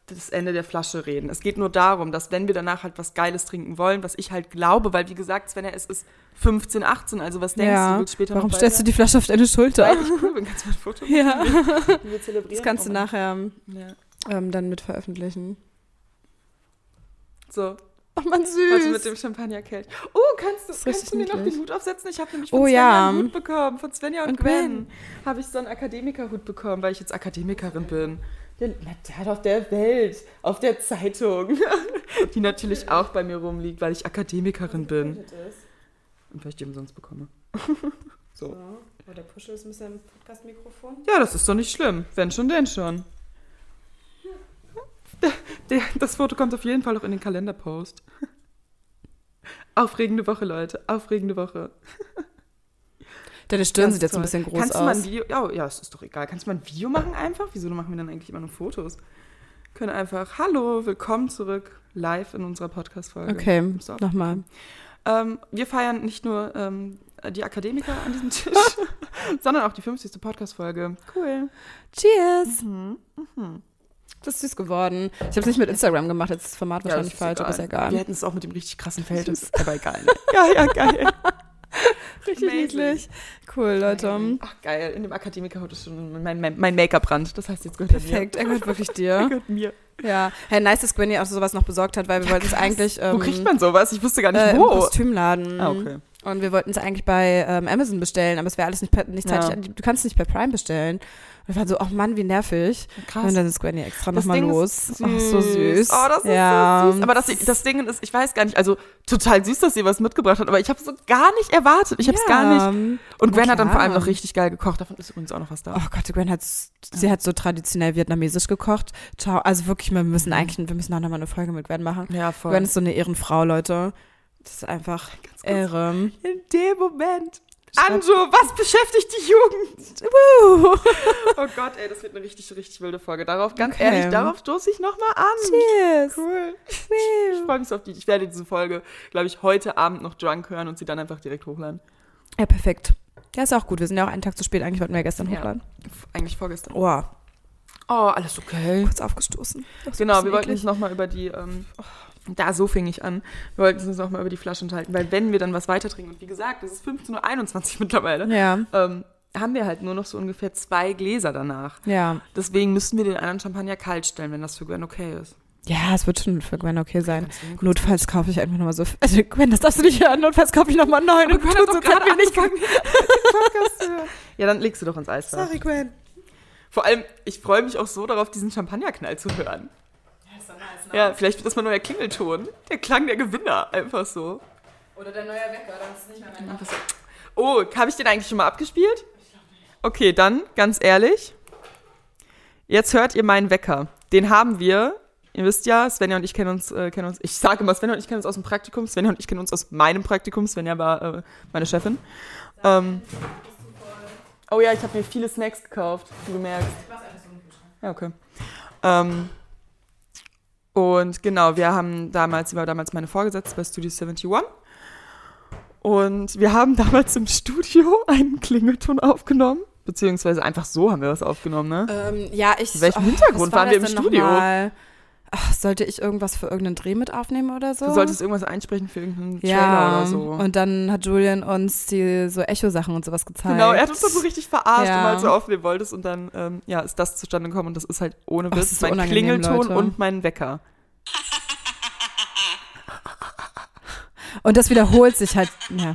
das Ende der Flasche reden. Es geht nur darum, dass wenn wir danach halt was Geiles trinken wollen, was ich halt glaube, weil wie gesagt, Svenja, es ist fünfzehn, achtzehn, also was denkst ja. du, willst später Warum noch stellst du die Flasche auf deine Schulter? Weil ich cool bin, kannst du mal ein Foto machen, Ja. wie wir zelebrieren. Das kannst du Oh, nachher ja. ähm, dann mit veröffentlichen. So, Oh man, süß. heute mit dem Champagnerkelch. Oh, kannst du, ist kannst richtig du mir noch niedlich. den Hut aufsetzen? Ich habe nämlich von Oh, Svenja ja. einen Hut bekommen, von Svenja und, Und Gwen. Gwen. Habe ich so einen Akademikerhut bekommen, weil ich jetzt Akademikerin bin. Der, na, der hat auf der Welt, auf der Zeitung, die natürlich auch bei mir rumliegt, weil ich Akademikerin bin. Und weil ich die umsonst bekomme. So. Oh, der Puschel ist ein bisschen im Podcast-Mikrofon. Ja, das ist doch nicht schlimm. Wenn schon, denn schon. Der, der, das Foto kommt auf jeden Fall auch in den Kalenderpost. Aufregende Woche, Leute. Aufregende Woche. Deine Stirn Ganz sieht jetzt toll. ein bisschen groß Kannst du aus. mal ein Video, ja, ja, es ist doch egal. Kannst du mal ein Video machen einfach? Wieso machen wir dann eigentlich immer nur Fotos? Können einfach, hallo, willkommen zurück, live in unserer Podcast-Folge. Okay, Nimmst du auf? nochmal. Ähm, wir feiern nicht nur ähm, die Akademiker an diesem Tisch, sondern auch die fünfzigste Podcast-Folge. Cool. Cheers. Mhm. Mhm. Das ist süß geworden. Ich habe es nicht mit Instagram gemacht, jetzt ist das Format Ja, wahrscheinlich das falsch, aber ist egal. Wir hätten es auch mit dem richtig krassen Feld, das ist aber egal. Ne? Ja, ja, geil. Richtig Amazing. niedlich. Cool, Leute. Ach, geil. In dem Akademikerhut ist schon mein, mein, mein Make-up-Brand. Das heißt, jetzt gehört er mir. Perfekt, er gehört wirklich Er dir. gehört mir. Ja. Hey, nice, dass Gwen ja auch sowas noch besorgt hat, weil wir wollten es eigentlich Wo ähm, kriegt man sowas? Ich wusste gar nicht, äh, im wo. Kostümladen. Ah, okay. Und wir wollten es eigentlich bei ähm, Amazon bestellen, aber es wäre alles nicht, per, nicht Ja. zeitig. Du kannst es nicht bei Prime bestellen. Und wir waren so, oh Mann, wie nervig. Krass. Und dann ist Gwen ja extra Das nochmal Ding los. ist Ach, so süß. Oh, das ist ja. so süß. Aber das, das Ding ist, ich weiß gar nicht, also total süß, dass sie was mitgebracht hat, aber ich habe es so gar nicht erwartet. Ich habe es ja. gar nicht. Und Gwen Na hat dann vor allem klar. noch richtig geil gekocht. Davon ist übrigens auch noch was da. Oh Gott, Gwen hat, sie hat so traditionell vietnamesisch gekocht. Ciao. Also wirklich, wir müssen eigentlich, wir müssen auch nochmal eine Folge mit Gwen machen. Ja, voll. Gwen ist so eine Ehrenfrau, Leute. Das ist einfach Ehre. In dem Moment. Anjo, was beschäftigt die Jugend? Woo. Oh Gott, ey, das wird eine richtig, richtig wilde Folge. Darauf, ganz Okay. ehrlich, darauf stoße ich nochmal an. Cheers. Cool. Ich freue mich so auf die. Ich werde diese Folge, glaube ich, heute Abend noch drunk hören und sie dann einfach direkt hochladen. Ja, perfekt. Ja, ist auch gut. Wir sind ja auch einen Tag zu spät. Eigentlich wollten wir ja gestern Ja. hochladen. F- Eigentlich vorgestern. Oh, Oh, alles okay. kurz aufgestoßen. Das ist ein Genau, bisschen wir wollten eklig. uns nochmal über die, ähm, oh, da, so fing ich an. Wir wollten uns nochmal über die Flasche unterhalten, weil wenn wir dann was weiter trinken, und wie gesagt, es ist fünfzehn Uhr einundzwanzig mittlerweile, Ja, ähm, haben wir halt nur noch so ungefähr zwei Gläser danach. ja. Deswegen müssen wir den anderen Champagner kalt stellen, wenn das für Gwen okay ist. Ja, es wird schon für Gwen okay sein. Kannst du den kurz Notfalls kaufe ich einfach nochmal so. Also Gwen, das darfst du nicht hören. Notfalls kaufe ich nochmal neun. Aber Gwen hat doch sonst gerade hätten wir nicht angefangen, den Podcast zu hören. Ja, dann legst du doch ins Eis. da. Sorry, Gwen. Vor allem, ich freue mich auch so darauf, diesen Champagnerknall zu hören. Ja, ist doch nice, Ja, vielleicht wird das mal neuer Klingelton. Der Klang der Gewinner, einfach so. Oder der neue Wecker, dann ist es nicht mehr mein Einfach so. Oh, habe ich den eigentlich schon mal abgespielt? Okay, dann, ganz ehrlich. Jetzt hört ihr meinen Wecker. Den haben wir, ihr wisst ja, Svenja und ich kennen uns, äh, kennen uns, ich sage immer, Svenja und ich kennen uns aus dem Praktikum, Svenja und ich kennen uns aus meinem Praktikum, Svenja war äh, meine Chefin. Ähm, oh ja, ich habe mir viele Snacks gekauft, wie du merkst. Ja, okay. Ähm, und genau, wir haben damals, sie war damals meine Vorgesetzte bei Studio einundsiebzig. Und wir haben damals im Studio einen Klingelton aufgenommen. Beziehungsweise einfach so haben wir das aufgenommen, ne? Ähm, ja, ich. Zu welchem oh, Hintergrund was war waren wir das im denn Studio? nochmal? Ach, sollte ich irgendwas für irgendeinen Dreh mit aufnehmen oder so? Du solltest irgendwas einsprechen für irgendeinen Trailer ja, oder so. und dann hat Julian uns die so Echo-Sachen und sowas gezeigt. Genau, er hat uns dann so richtig verarscht, Ja. und mal so aufnehmen wolltest. Und dann ähm, ja, ist das zustande gekommen. Und das ist halt ohne Ach, Witz das ist so mein unangenehm, Klingelton Leute. und mein Wecker. Und das wiederholt sich halt, ja.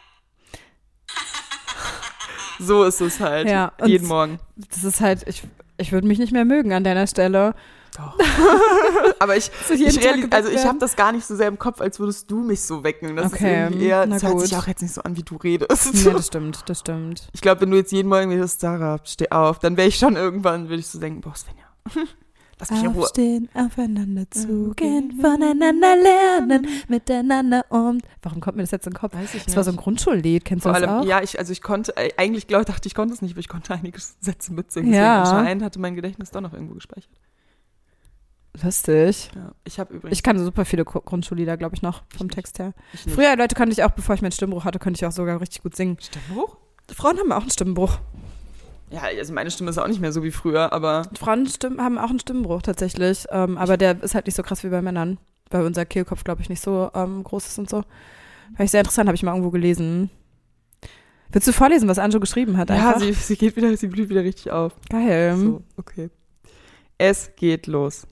So ist es halt. Ja, und jeden Morgen. Das ist halt, ich, ich würde mich nicht mehr mögen an deiner Stelle. Doch. Aber ich, So jeden ich Tag realis- geweckt also ich werden. habe das gar nicht so sehr im Kopf, als würdest du mich so wecken. Das Okay, ist irgendwie eher, na das hört gut. sich auch jetzt nicht so an, wie du redest. Ja, das stimmt, das stimmt. Ich glaube, wenn du jetzt jeden Morgen redest, Sarah, steh auf, dann wäre ich schon irgendwann, würde ich so denken, boah, Svenja, lass mich in Ruhe. Aufstehen, aufeinander zugehen, voneinander lernen, miteinander um. Warum kommt mir das jetzt in den Kopf? Weiß ich Das war so ein Grundschullied, kennst du Vor das allem, auch? ja, ich, also ich konnte, äh, eigentlich glaub, dachte ich, konnte es nicht, aber ich konnte einige Sätze mitsingen. Ja. Deswegen anscheinend hatte mein Gedächtnis doch noch irgendwo gespeichert. Lustig. Ja, ich habe übrigens. Ich kann super viele Ko- Grundschullieder, glaube ich, noch vom nicht. Text her. ich nicht. Früher, Leute, konnte ich auch, bevor ich meinen Stimmbruch hatte, konnte ich auch sogar richtig gut singen. Stimmbruch? Frauen haben auch einen Stimmbruch. Ja, also meine Stimme ist auch nicht mehr so wie früher, aber... Frauen stimmen, haben auch einen Stimmenbruch tatsächlich, ähm, aber der ist halt nicht so krass wie bei Männern, weil unser Kehlkopf, glaube ich, nicht so ähm, groß ist und so. Fand ich sehr interessant, habe ich mal irgendwo gelesen. Willst du vorlesen, was Anjo geschrieben hat? Ja, einfach? sie, sie geht wieder, sie blüht wieder richtig auf. Geil. So, okay. Es geht los.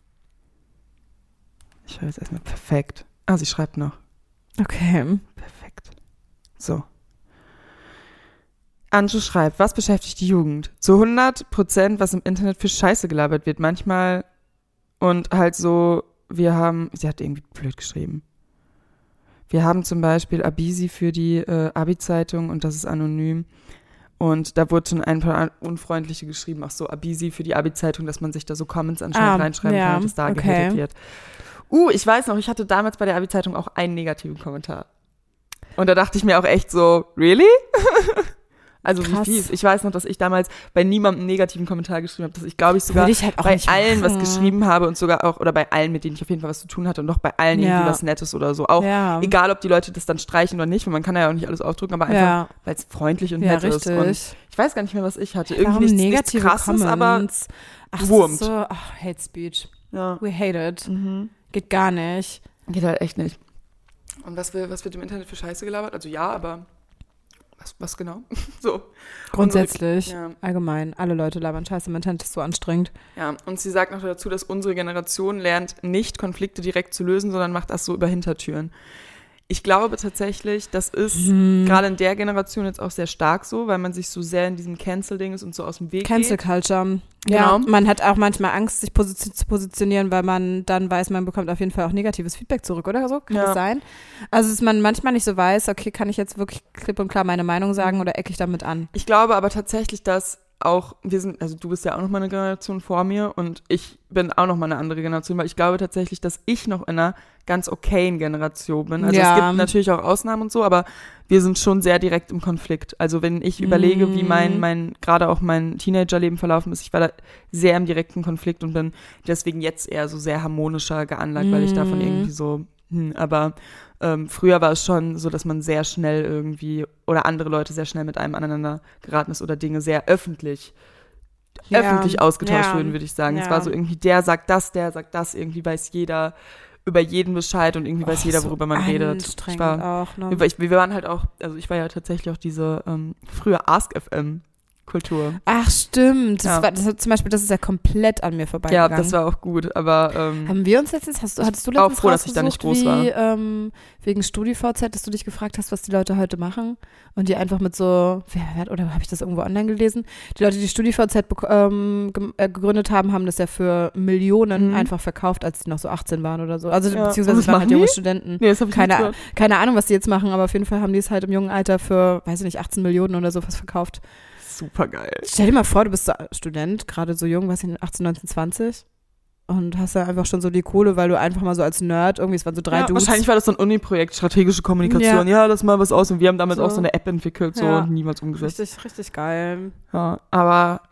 Ich schreibe jetzt erstmal perfekt. Ah, sie schreibt noch. Okay. Perfekt. So. Anjo schreibt, was beschäftigt die Jugend? Zu hundert Prozent, was im Internet für Scheiße gelabert wird. Manchmal und halt so, wir haben, sie hat irgendwie blöd geschrieben. Wir haben zum Beispiel Abisi für die äh, Abi-Zeitung und das ist anonym. Und da wurde schon ein paar unfreundliche geschrieben, ach so, Abisi für die Abi-Zeitung, dass man sich da so Comments anscheinend ah, reinschreiben ja, kann und es da okay. gehatet wird. Uh, ich weiß noch, ich hatte damals bei der Abi-Zeitung auch einen negativen Kommentar. Und da dachte ich mir auch echt so, really? Also Krass. wie fies. Ich weiß noch, dass ich damals bei niemandem einen negativen Kommentar geschrieben habe, dass ich, glaube ich, sogar Würde ich halt auch bei nicht allen machen. was geschrieben habe und sogar auch, oder bei allen, mit denen ich auf jeden Fall was zu tun hatte und doch bei allen Ja. irgendwie was Nettes oder so. Auch Ja. egal, ob die Leute das dann streichen oder nicht, weil man kann ja auch nicht alles aufdrücken, aber einfach, Ja. weil es freundlich und Ja, nett richtig. ist. Und ich weiß gar nicht mehr, was ich hatte. Warum Irgendwie nichts, nichts negative Krasses, Comments? aber Ach, das wurmt. ist so, ach, Hate Speech. ja. We hate it. Mhm. Geht gar nicht. Geht halt echt nicht. Und was, wir, was wird im Internet für Scheiße gelabert? Also ja, aber was, was genau? So. Grundsätzlich, Unsere, ja. allgemein, alle Leute labern Scheiße, im Internet ist so anstrengend. Ja, und sie sagt noch dazu, dass unsere Generation lernt, nicht Konflikte direkt zu lösen, sondern macht das so über Hintertüren. Ich glaube tatsächlich, das ist Hm. gerade in der Generation jetzt auch sehr stark so, weil man sich so sehr in diesem Cancel-Ding ist und so aus dem Weg Cancel geht. Culture. Ja, Genau. man hat auch manchmal Angst, sich posi- zu positionieren, weil man dann weiß, man bekommt auf jeden Fall auch negatives Feedback zurück, oder so? Kann Ja. das sein? Also, dass man manchmal nicht so weiß, okay, kann ich jetzt wirklich klipp und klar meine Meinung sagen oder ecke ich damit an? Ich glaube aber tatsächlich, dass auch, wir sind, also du bist ja auch noch mal eine Generation vor mir und ich bin auch noch mal eine andere Generation, weil ich glaube tatsächlich, dass ich noch in einer ganz okayen Generation bin. Also Ja. es gibt natürlich auch Ausnahmen und so, aber wir sind schon sehr direkt im Konflikt. Also wenn ich überlege, wie mein, mein, gerade auch mein Teenagerleben verlaufen ist, ich war da sehr im direkten Konflikt und bin deswegen jetzt eher so sehr harmonischer geanlagt, weil ich davon irgendwie so, hm, aber ähm, früher war es schon so, dass man sehr schnell irgendwie oder andere Leute sehr schnell mit einem aneinander geraten ist oder Dinge sehr öffentlich Ja. öffentlich ausgetauscht Ja. würden, würde ich sagen. Ja. Es war so irgendwie, der sagt das, der sagt das, irgendwie weiß jeder über jeden Bescheid und irgendwie weiß Och, jeder, so worüber man redet. Ich anstrengend war, auch, ne? wir, ich, wir waren halt auch, also ich war ja tatsächlich auch diese ähm, frühe Ask F M Kultur. Ach, stimmt. Das Ja. war, das hat zum Beispiel, das ist ja komplett an mir Ja, vorbeigegangen. das war auch gut, aber ähm, Haben wir uns letztens, hast du, hattest du Ich war auch letztens froh, dass ich da nicht rausgesucht, groß wie, ähm, wegen StudiVZ, dass du dich gefragt hast, was die Leute heute machen und die einfach mit so, wer, wer, oder habe ich das irgendwo online gelesen? Die Leute, die StudiVZ bek- ähm, gem- äh, gegründet haben, haben das ja für Millionen Mhm. einfach verkauft, als die noch so achtzehn waren oder so. Also Ja. beziehungsweise Und es was waren halt machen junge die? Studenten. nee, das habe ich Keine, nicht gehört. keine Ahnung, was die jetzt machen, aber auf jeden Fall haben die es halt im jungen Alter für, weiß ich nicht, achtzehn Millionen oder sowas verkauft. Super geil. Stell dir mal vor, du bist so Student, gerade so jung, weiß ich nicht, achtzehn, neunzehn, zwanzig und hast da einfach schon so die Kohle, weil du einfach mal so als Nerd, irgendwie, es waren so drei Ja, Dudes. wahrscheinlich war das so ein Uni-Projekt, strategische Kommunikation. Ja. lass mal was aus. Und wir haben damals So. auch so eine App entwickelt, so Ja. niemals umgesetzt. Richtig, richtig geil. Ja, aber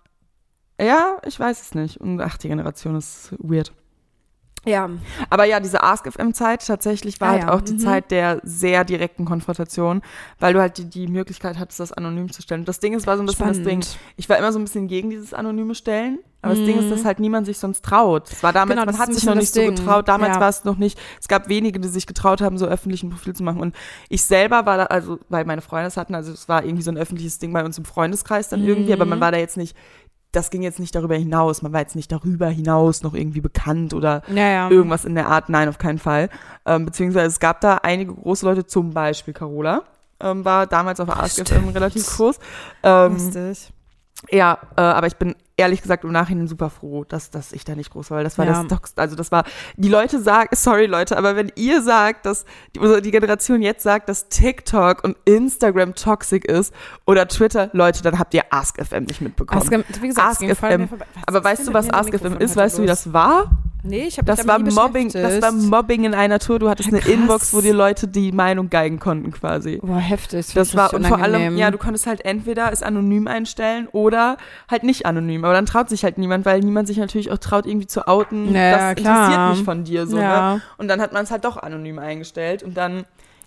ja, ich weiß es nicht. Und ach, die Generation ist weird. Ja. Aber ja, diese Ask F M-Zeit tatsächlich war Ah, halt ja. auch die Mhm. Zeit der sehr direkten Konfrontation, weil du halt die, die Möglichkeit hattest, das anonym zu stellen. Und das Ding ist, war so ein bisschen das Ding. Ich war immer so ein bisschen gegen dieses anonyme Stellen, aber das Mhm. Ding ist, dass halt niemand sich sonst traut. Es war damals, Genau, das man hat ist ein sich noch bisschen nicht das so Ding. getraut. Damals Ja. war es noch nicht, es gab wenige, die sich getraut haben, so öffentlich ein Profil zu machen. Und ich selber war da, also, weil meine Freunde es hatten, also es war irgendwie so ein öffentliches Ding bei uns im Freundeskreis dann Mhm. irgendwie, aber man war da jetzt nicht, das ging jetzt nicht darüber hinaus. Man war jetzt nicht darüber hinaus noch irgendwie bekannt oder Ja, ja. irgendwas in der Art. Nein, auf keinen Fall. Ähm, beziehungsweise es gab da einige große Leute, zum Beispiel Carola, ähm, war damals auf Ask F M relativ groß. Ähm, Lustig. ja, äh, aber ich bin ehrlich gesagt im Nachhinein super froh, dass, dass ich da nicht groß war, weil das war Ja. das Tox, also das war, die Leute sagen, sorry Leute, aber wenn ihr sagt, dass, die, also die Generation jetzt sagt, dass TikTok und Instagram toxic ist oder Twitter, Leute, dann habt ihr Ask F M nicht mitbekommen. Ask, wie gesagt, Ask es ging voll an F M. mir vorbei. Was Aber ist weißt denn du, mit was mir und dem Ask F M Mikrofon ist? heute Weißt du, wie los? das war? Nee, ich habe Das war Mobbing, das war Mobbing in einer Tour. Du hattest eine Krass. Inbox, wo die Leute die Meinung geigen konnten quasi. Boah, heftig. Das war, und vor allem, ja, du konntest halt entweder es anonym einstellen oder halt nicht anonym. Aber dann traut sich halt niemand, weil niemand sich natürlich auch traut, irgendwie zu outen. Ja, das klar. interessiert mich von dir so, Ja. ne? Und dann hat man es halt doch anonym eingestellt und dann,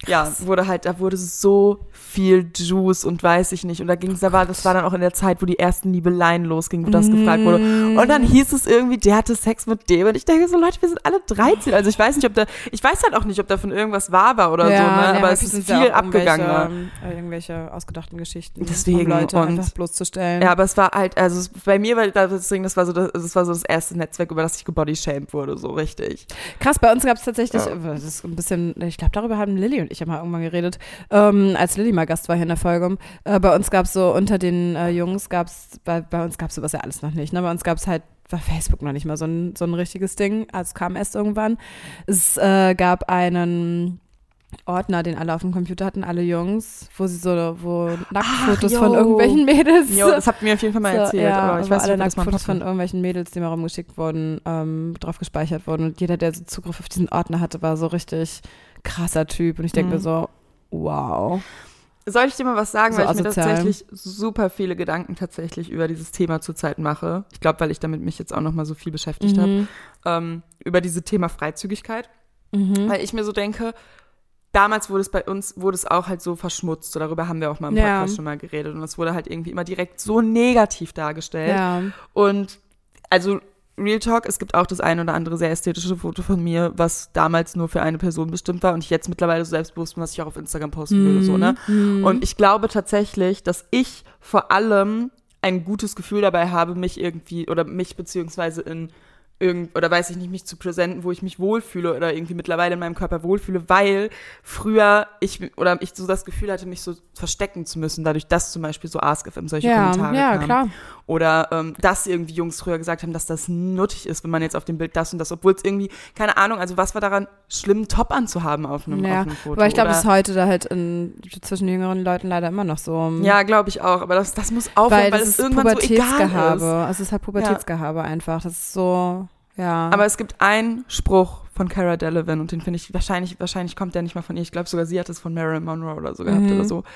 ja, wurde halt, da wurde so viel Juice und weiß ich nicht. Und da ging es, da war, das war dann auch in der Zeit, wo die ersten Liebeleien losgingen, wo das mm. gefragt wurde. Und dann hieß es irgendwie, der hatte Sex mit dem. Und ich denke so, Leute, wir sind alle dreizehn. Also ich weiß nicht, ob da, ich weiß halt auch nicht, ob da von irgendwas wahr war oder ja, so, ne? Ja, aber es ist viel abgegangener. Irgendwelche, irgendwelche ausgedachten Geschichten. Deswegen, um Leute und, einfach bloßzustellen. Ja, aber es war halt, also es, bei mir war deswegen, das war so das, das war so das erste Netzwerk, über das ich gebodyshamed wurde, so richtig. Krass, bei uns gab es tatsächlich, ja. das ist ein bisschen, ich glaube, darüber haben Lilly und ich immer irgendwann geredet, ähm, als Lilly mal Gast war hier in der Folge. Äh, bei uns gab es so, unter den äh, Jungs gab es, bei, bei uns gab es sowas ja alles noch nicht, ne? Bei uns gab es halt, war Facebook noch nicht mal so ein, so ein richtiges Ding, also kam erst irgendwann. Es äh, gab einen Ordner, den alle auf dem Computer hatten, alle Jungs, wo sie so, wo Nacktfotos Ach, von irgendwelchen Mädels. Jo, das habt ihr mir auf jeden Fall mal so, erzählt, ja, aber ich weiß alle nicht, ob das mal Nacktfotos von passt. irgendwelchen Mädels, die mir rumgeschickt wurden, ähm, drauf gespeichert wurden. Und jeder, der so Zugriff auf diesen Ordner hatte, war so richtig krasser Typ. Und ich denke mhm. mir so, wow. Soll ich dir mal was sagen, So weil ich asozial. mir tatsächlich super viele Gedanken tatsächlich über dieses Thema zurzeit mache. Ich glaube, weil ich damit mich jetzt auch noch mal so viel beschäftigt Mhm. habe. Ähm, über dieses Thema Freizügigkeit. Mhm. Weil ich mir so denke, damals wurde es bei uns, wurde es auch halt so verschmutzt. So, darüber haben wir auch mal im Ja. Podcast schon mal geredet. Und es wurde halt irgendwie immer direkt so negativ dargestellt. Ja. Und also Real Talk, es gibt auch das ein oder andere sehr ästhetische Foto von mir, was damals nur für eine Person bestimmt war und ich jetzt mittlerweile so selbstbewusst bin, was ich auch auf Instagram posten Mhm. würde. So, ne? Mhm. Und ich glaube tatsächlich, dass ich vor allem ein gutes Gefühl dabei habe, mich irgendwie oder mich beziehungsweise in irgend oder weiß ich nicht, mich zu präsenten, wo ich mich wohlfühle oder irgendwie mittlerweile in meinem Körper wohlfühle, weil früher ich oder ich so das Gefühl hatte, mich so verstecken zu müssen, dadurch, dass zum Beispiel so Ask F M solche ja, Kommentare ja, kamen. klar. Oder ähm, dass irgendwie Jungs früher gesagt haben, dass das nuttig ist, wenn man jetzt auf dem Bild das und das, obwohl es irgendwie, keine Ahnung, also was war daran, schlimm einen Top anzuhaben auf einem, Ja, auf einem Foto? aber ich glaube, oder, das ist heute da halt in, zwischen jüngeren Leuten leider immer noch so. ja, glaube ich auch, aber das, das muss aufhören, weil, weil es das irgendwann so egal ist. Pubertätsgehabe. Es ist halt Pubertätsgehabe einfach. Das ist so, ja. Aber es gibt einen Spruch von Cara Delevingne und den finde ich, wahrscheinlich, wahrscheinlich kommt der nicht mal von ihr. Ich glaube sogar, sie hat es von Marilyn Monroe oder so gehabt Mhm. oder so.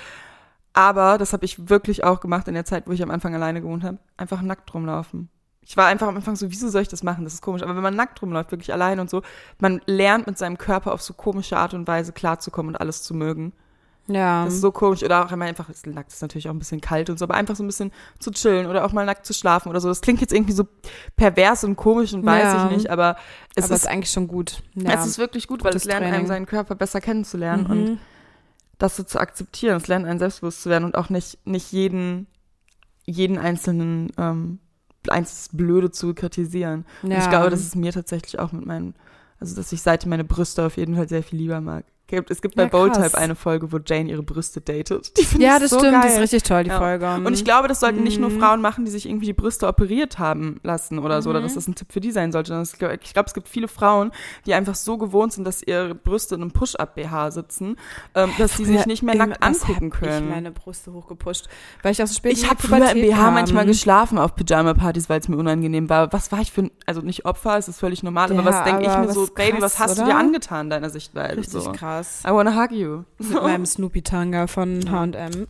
Aber das habe ich wirklich auch gemacht in der Zeit, wo ich am Anfang alleine gewohnt habe. Einfach nackt rumlaufen. Ich war einfach am Anfang so, wieso soll ich das machen? Das ist komisch. Aber wenn man nackt rumläuft, wirklich allein und so, man lernt mit seinem Körper auf so komische Art und Weise klarzukommen und alles zu mögen. ja. Das ist so komisch. Oder auch immer einfach, nackt ist natürlich auch ein bisschen kalt und so, aber einfach so ein bisschen zu chillen oder auch mal nackt zu schlafen oder so. Das klingt jetzt irgendwie so pervers und komisch und weiß Ja. ich nicht, aber es aber ist, ist eigentlich schon gut. Ja. es ist wirklich gut, weil Gutes es lernt Training. einem seinen Körper besser kennenzulernen Mhm. und das so zu akzeptieren. Es lernt einen selbstbewusst zu werden und auch nicht, nicht jeden, jeden einzelnen ähm, eins Blöde zu kritisieren. Und Ja. ich glaube, das ist mir tatsächlich auch mit meinen, also dass ich seitdem meine Brüste auf jeden Fall sehr viel lieber mag. Es gibt bei Ja, krass. Boldtype eine Folge, wo Jane ihre Brüste datet. Die finde Ja, ich das so stimmt, geil. die ist richtig toll, die Ja. Folge. Und ich glaube, das sollten nicht nur Mhm. Frauen machen, die sich irgendwie die Brüste operiert haben lassen oder so, oder dass das ein Tipp für die sein sollte. Ich glaube, es gibt viele Frauen, die einfach so gewohnt sind, dass ihre Brüste in einem Push-Up-B H sitzen, ähm, dass die sich nicht mehr nackt Was angucken hab können. Ich meine Brüste hochgepusht, weil ich auch so spät Ich in habe die früher im Pubertät B H kam. manchmal geschlafen auf Pyjama-Partys, weil es mir unangenehm war. Was war ich für ein, also nicht Opfer, es ist völlig normal, Ja, aber was denke ich aber mir was so, Baby, krass, was hast du oder? dir angetan, deiner Sichtweise? Richtig so. krass. I wanna hug you. Mit meinem Snoopy-Tanga von H und M.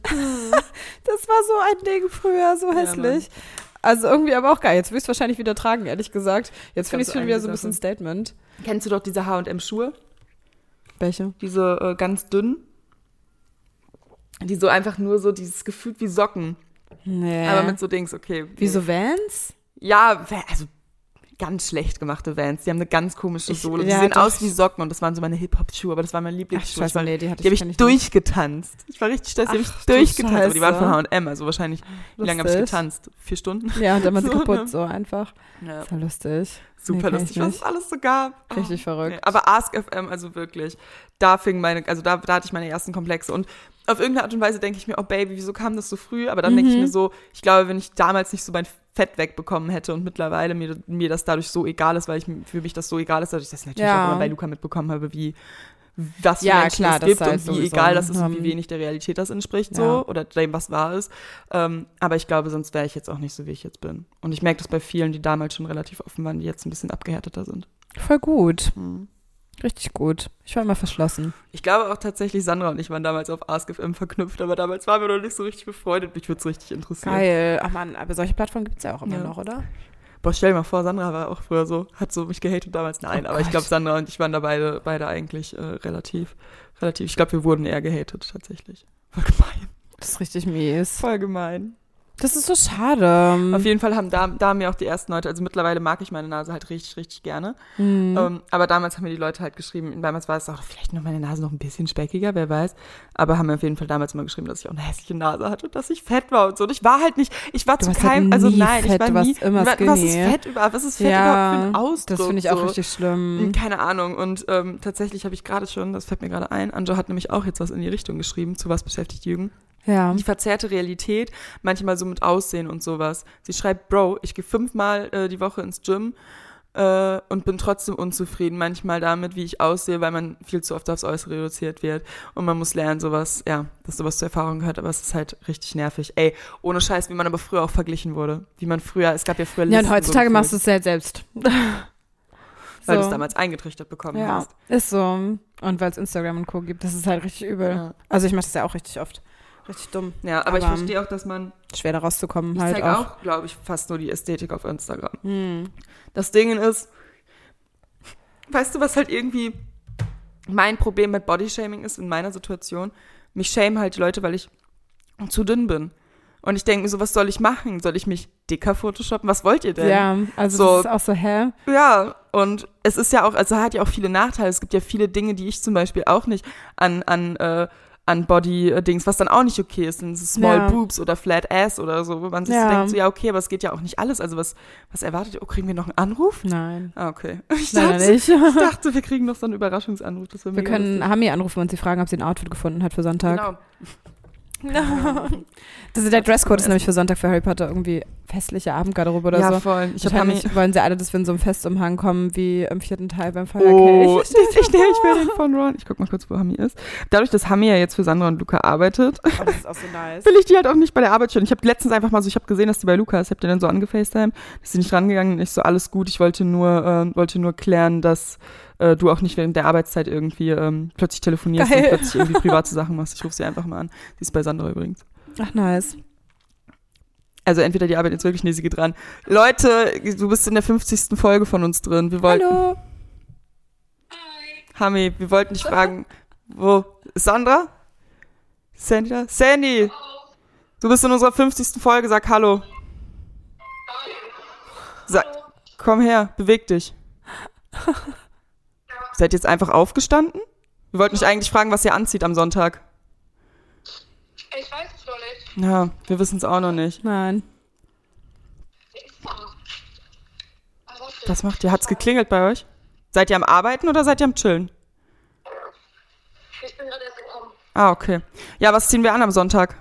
Das war so ein Ding früher, so hässlich. Also irgendwie aber auch geil. Jetzt will ich es wahrscheinlich wieder tragen, ehrlich gesagt. Jetzt finde ich es Kannst du schon wieder eigentlich so ein bisschen davon. Statement. Kennst du doch diese H und M-Schuhe? Welche? Diese äh, ganz dünnen? Die so einfach nur so dieses Gefühl wie Socken. Nee. Aber mit so Dings, okay. Wie so Vans? Ja, also ganz schlecht gemachte Vans. Die haben eine ganz komische Ich- Sohle. Die ja, sehen doch. aus wie Socken und das waren so meine Hip-Hop-Schuhe, aber das waren meine Lieblingsschuhe. Ach, scheiße, Ich war- nee, die hatte die habe ich- ich kenn ich durchgetanzt. Ich war richtig stolz, die habe ich Ach, du durchgetanzt. Aber die waren Scheiße. von H und M, also wahrscheinlich, wie lange habe ich Lustig. getanzt? Vier Stunden? Ja, und dann war sie So, kaputt, ne? so einfach. Ja. Ist ja lustig. Super Nee, kenn lustig, ich was nicht. es alles so gab. Richtig Oh. verrückt. Nee, aber Ask F M, also wirklich, da fing meine, also da, da hatte ich meine ersten Komplexe und auf irgendeine Art und Weise denke ich mir, oh Baby, wieso kam das so früh? Aber dann Mhm. denke ich mir so, ich glaube, wenn ich damals nicht so mein Fett wegbekommen hätte und mittlerweile mir, mir das dadurch so egal ist, weil ich für mich das so egal ist, dadurch, dass ich natürlich Ja. auch immer bei Luca mitbekommen habe, wie was für Ja, Menschen klar, es das gibt heißt und wie sowieso, egal das ist und ähm, wie wenig der Realität das entspricht ja. so oder dem, was wahr ist. Ähm, aber ich glaube, sonst wäre ich jetzt auch nicht so, wie ich jetzt bin. Und ich merke das bei vielen, die damals schon relativ offen waren, die jetzt ein bisschen abgehärteter sind. Voll gut. Mhm. Richtig gut. Ich war immer verschlossen. Ich glaube auch tatsächlich, Sandra und ich waren damals auf Ask F M verknüpft, aber damals waren wir noch nicht so richtig befreundet. Mich würde es richtig interessieren. Geil. Ach man, aber solche Plattformen gibt es ja auch immer Ja. noch, oder? Boah, stell dir mal vor, Sandra war auch früher so, hat so mich gehatet damals. Nein, Oh aber ich Gott. glaube, Sandra und ich waren da beide, beide eigentlich äh, relativ relativ, ich glaube, wir wurden eher gehatet, tatsächlich. Voll gemein. Das ist richtig mies. Voll gemein. Das ist so schade. Auf jeden Fall haben da, da haben mir auch die ersten Leute, also mittlerweile mag ich meine Nase halt richtig, richtig gerne. Mhm. Ähm, aber damals haben mir die Leute halt geschrieben, damals war es auch vielleicht noch meine Nase noch ein bisschen speckiger, wer weiß. Aber haben mir auf jeden Fall damals immer geschrieben, dass ich auch eine hässliche Nase hatte und dass ich fett war und so. Und ich war halt nicht, ich war Du zu warst halt keinem, also nie nein, ich fett, war du warst nie, immer wa- was skinny. ist Fett überhaupt, was ist Fett Ja, überhaupt für ein Ausdruck? Das finde ich auch so. richtig schlimm. Keine Ahnung. Und ähm, tatsächlich habe ich gerade schon, das fällt mir gerade ein, Anjo hat nämlich auch jetzt was in die Richtung geschrieben, zu was beschäftigt Jürgen. Ja. Die verzerrte Realität, manchmal so mit Aussehen und sowas. Sie schreibt, Bro, ich gehe fünfmal äh, die Woche ins Gym äh, und bin trotzdem unzufrieden, manchmal damit, wie ich aussehe, weil man viel zu oft aufs Äußere reduziert wird. Und man muss lernen, sowas, ja, dass sowas zur Erfahrung gehört, aber es ist halt richtig nervig. Ey, ohne Scheiß, wie man aber früher auch verglichen wurde. Wie man früher, es gab ja früher Ja, Listen, und heutzutage so machst du es halt selbst. weil du es So. damals eingetrichtert bekommen Ja, hast. ist so. Und weil es Instagram und Co. gibt, das ist halt richtig übel. Ja. Also ich mache das ja auch richtig oft. Richtig dumm. Ja, aber, ich verstehe auch, dass man, Schwer da rauszukommen ich halt zeige auch. auch, glaube ich, fast nur die Ästhetik auf Instagram. Hm. Das Ding ist, weißt du, was halt irgendwie mein Problem mit Bodyshaming ist in meiner Situation? Mich shamen halt die Leute, weil ich zu dünn bin. Und ich denke mir so, was soll ich machen? Soll ich mich dicker photoshoppen? Was wollt ihr denn? Ja, also So. das ist auch so, hä? Ja, und es ist ja auch, also hat ja auch viele Nachteile. Es gibt ja viele Dinge, die ich zum Beispiel auch nicht an, an, äh, an Body-Dings, was dann auch nicht okay ist. Dann ist es Small Ja. Boobs oder Flat Ass oder so, wo man sich Ja. so denkt, so, ja, okay, aber es geht ja auch nicht alles. Also was, was erwartet ihr? Oh, kriegen wir noch einen Anruf? Nein. Ah, okay. Ich Leider dachte, nicht. ich dachte, wir kriegen noch so einen Überraschungsanruf. Das Wir können Hami anrufen und sie fragen, ob sie ein Outfit gefunden hat für Sonntag. Genau. Das ist der Dresscode ist nämlich für Sonntag für Harry Potter irgendwie festliche Abendgarderobe oder Ja, so. voll. Ich habe Wahrscheinlich wollen sie alle, dass wir in so einem Festumhang kommen wie im vierten Teil beim Oh, Feuerkelch. ich, ich, ich will den von Ron. Ich guck mal kurz, wo Hami ist. Dadurch, dass Hami ja jetzt für Sandra und Luca arbeitet, Oh, das ist auch so nice. will ich die halt auch nicht bei der Arbeit stellen. Ich habe letztens einfach mal so, ich habe gesehen, dass die bei Luca ist. Ich habe den dann so angefacetimed. Ist sie nicht rangegangen. Ich so, alles gut. Ich wollte nur, äh, wollte nur klären, dass äh, du auch nicht während der Arbeitszeit irgendwie ähm, plötzlich telefonierst Geil. und plötzlich irgendwie private Sachen machst. Ich rufe sie einfach mal an. Sie ist bei Sandra übrigens. Ach, nice. Also entweder die Arbeit jetzt wirklich, nee, sie geht ran. Leute, du bist in der fünfzigsten Folge von uns drin. Wir wollten, Hallo. Hami, wir wollten dich fragen, wo ist Sandra? Sandy da? Sandy! Du bist in unserer fünfzigsten Folge, sag Hallo. Sag, komm her, beweg dich. Seid ihr jetzt einfach aufgestanden? Wir wollten dich eigentlich fragen, was ihr anzieht am Sonntag. Ich weiß es noch nicht. Ja, wir wissen es auch noch nicht. Nein. Was macht ihr? Hat's geklingelt bei euch? Seid ihr am Arbeiten oder seid ihr am Chillen? Ich bin gerade erst gekommen. Ah, okay. Ja, was ziehen wir an am Sonntag?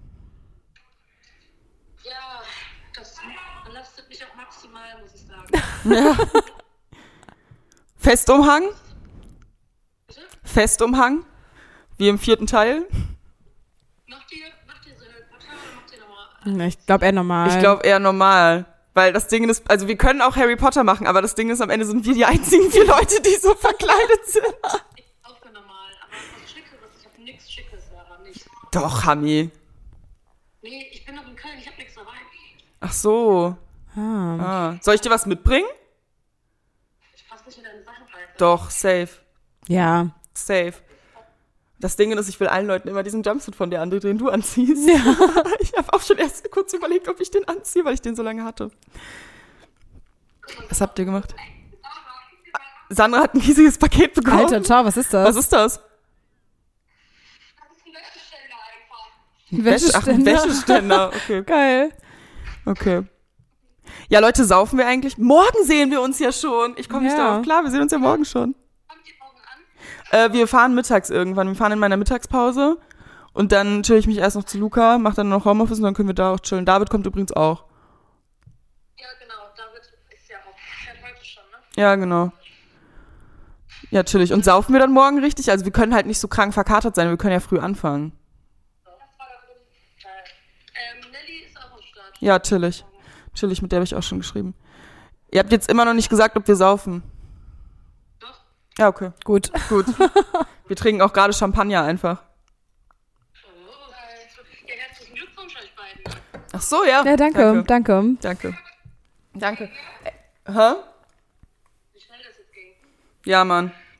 Ja, das belastet mich auch maximal, muss ich sagen. Festumhang? Bitte? Festumhang? Wie im vierten Teil? Macht ihr, macht ihr so Harry Potter oder macht ihr normal? Ich glaube eher normal. Ich glaube eher normal. Weil das Ding ist, also wir können auch Harry Potter machen, aber das Ding ist, am Ende sind wir die einzigen vier Leute, die so verkleidet sind. Ich auch für normal, aber was Schickeres, ich habe nichts Schickes daran, nicht. Doch, Hami. Nee, ich bin noch in Köln, ich habe nichts dabei. Ach so. Ah. Ah. Soll ich dir was mitbringen? Ich passe nicht in deine Sachen rein. Doch, safe. Ja. Safe. Das Ding ist, ich will allen Leuten immer diesen Jumpsuit von dir andrehen, den du anziehst. Ja. Ich habe auch schon erst kurz überlegt, ob ich den anziehe, weil ich den so lange hatte. Was habt ihr gemacht? Sandra hat ein riesiges Paket bekommen. Alter, ciao, was ist das? Was ist das? Das ist ein Wäscheständer einfach. Wäsche, ach, ein Wäscheständer. Okay. Geil. Okay. Ja, Leute, saufen wir eigentlich? Morgen sehen wir uns ja schon. Ich komme nicht Ja. darauf klar, wir sehen uns ja morgen schon. Kommt ihr morgen an? Äh, wir fahren mittags irgendwann. Wir fahren in meiner Mittagspause. Und dann chill ich mich erst noch zu Luca, mach dann noch Homeoffice und dann können wir da auch chillen. David kommt übrigens auch. Ja, genau, David ist ja auch, fährt heute schon, ne? Ja, genau. Ja, chillig. Und saufen wir dann morgen richtig? Also wir können halt nicht so krank verkatert sein, wir können ja früh anfangen. Das war da drin. Geil. Ähm, Nelly ist auch am Start. Ja, chillig. Chillig, mit der habe ich auch schon geschrieben. Ihr habt jetzt immer noch nicht gesagt, ob wir saufen. Doch. Ja, okay. Gut. Gut. Wir trinken auch gerade Champagner einfach. Oh, ja, herzlichen Glückwunsch euch beiden. Ach so, ja. Ja, danke, danke. Danke. Danke. Äh, hä? Wie schnell das jetzt ging. Ja, Mann.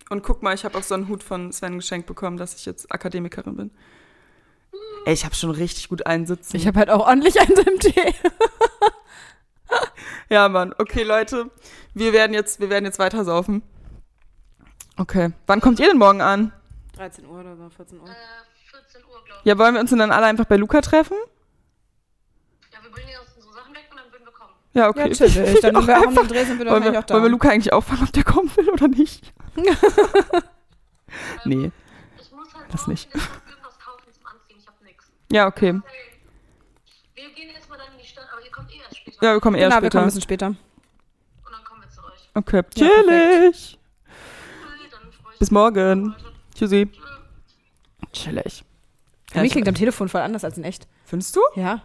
Und guck mal, ich habe auch so einen Hut von Sven geschenkt bekommen, dass ich jetzt Akademikerin bin. Ey, ich habe schon richtig gut einsitzen. Ich habe halt auch ordentlich einen im Tee. Ja, Mann. Okay, Leute, wir werden jetzt, wir werden jetzt weiter saufen. Okay. Wann kommt ihr denn morgen an? dreizehn Uhr oder so, vierzehn Uhr. Äh, vierzehn Uhr, glaube ich. Ja, wollen wir uns denn dann alle einfach bei Luca treffen? Ja, wir bringen jetzt unsere Sachen weg und dann würden wir kommen. Ja, okay. Ja, chillig. Dann Auch sind wir auch einfach- im Dreh, sind wir doch Wollen eigentlich wir, auch da. wollen wir Luca eigentlich auch fragen, ob der kommen will oder nicht? Nee. Ich muss halt Das morgen nicht. in der Stadt irgendwas kaufen zum Anziehen. Ich hab nix. Ja, okay. Wir gehen jetzt mal dann in die Stadt, aber ihr kommt eh erst später. Ja, wir kommen eher Genau, wir später. kommen ein bisschen später. Und dann kommen wir zu euch. Okay, Ja, chillig. Cool, dann freu ich Bis mich. morgen. Leute. Tschüssi. Tschö. Chillig. Für mich klingt am Telefon voll anders als in echt. Findest du? Ja.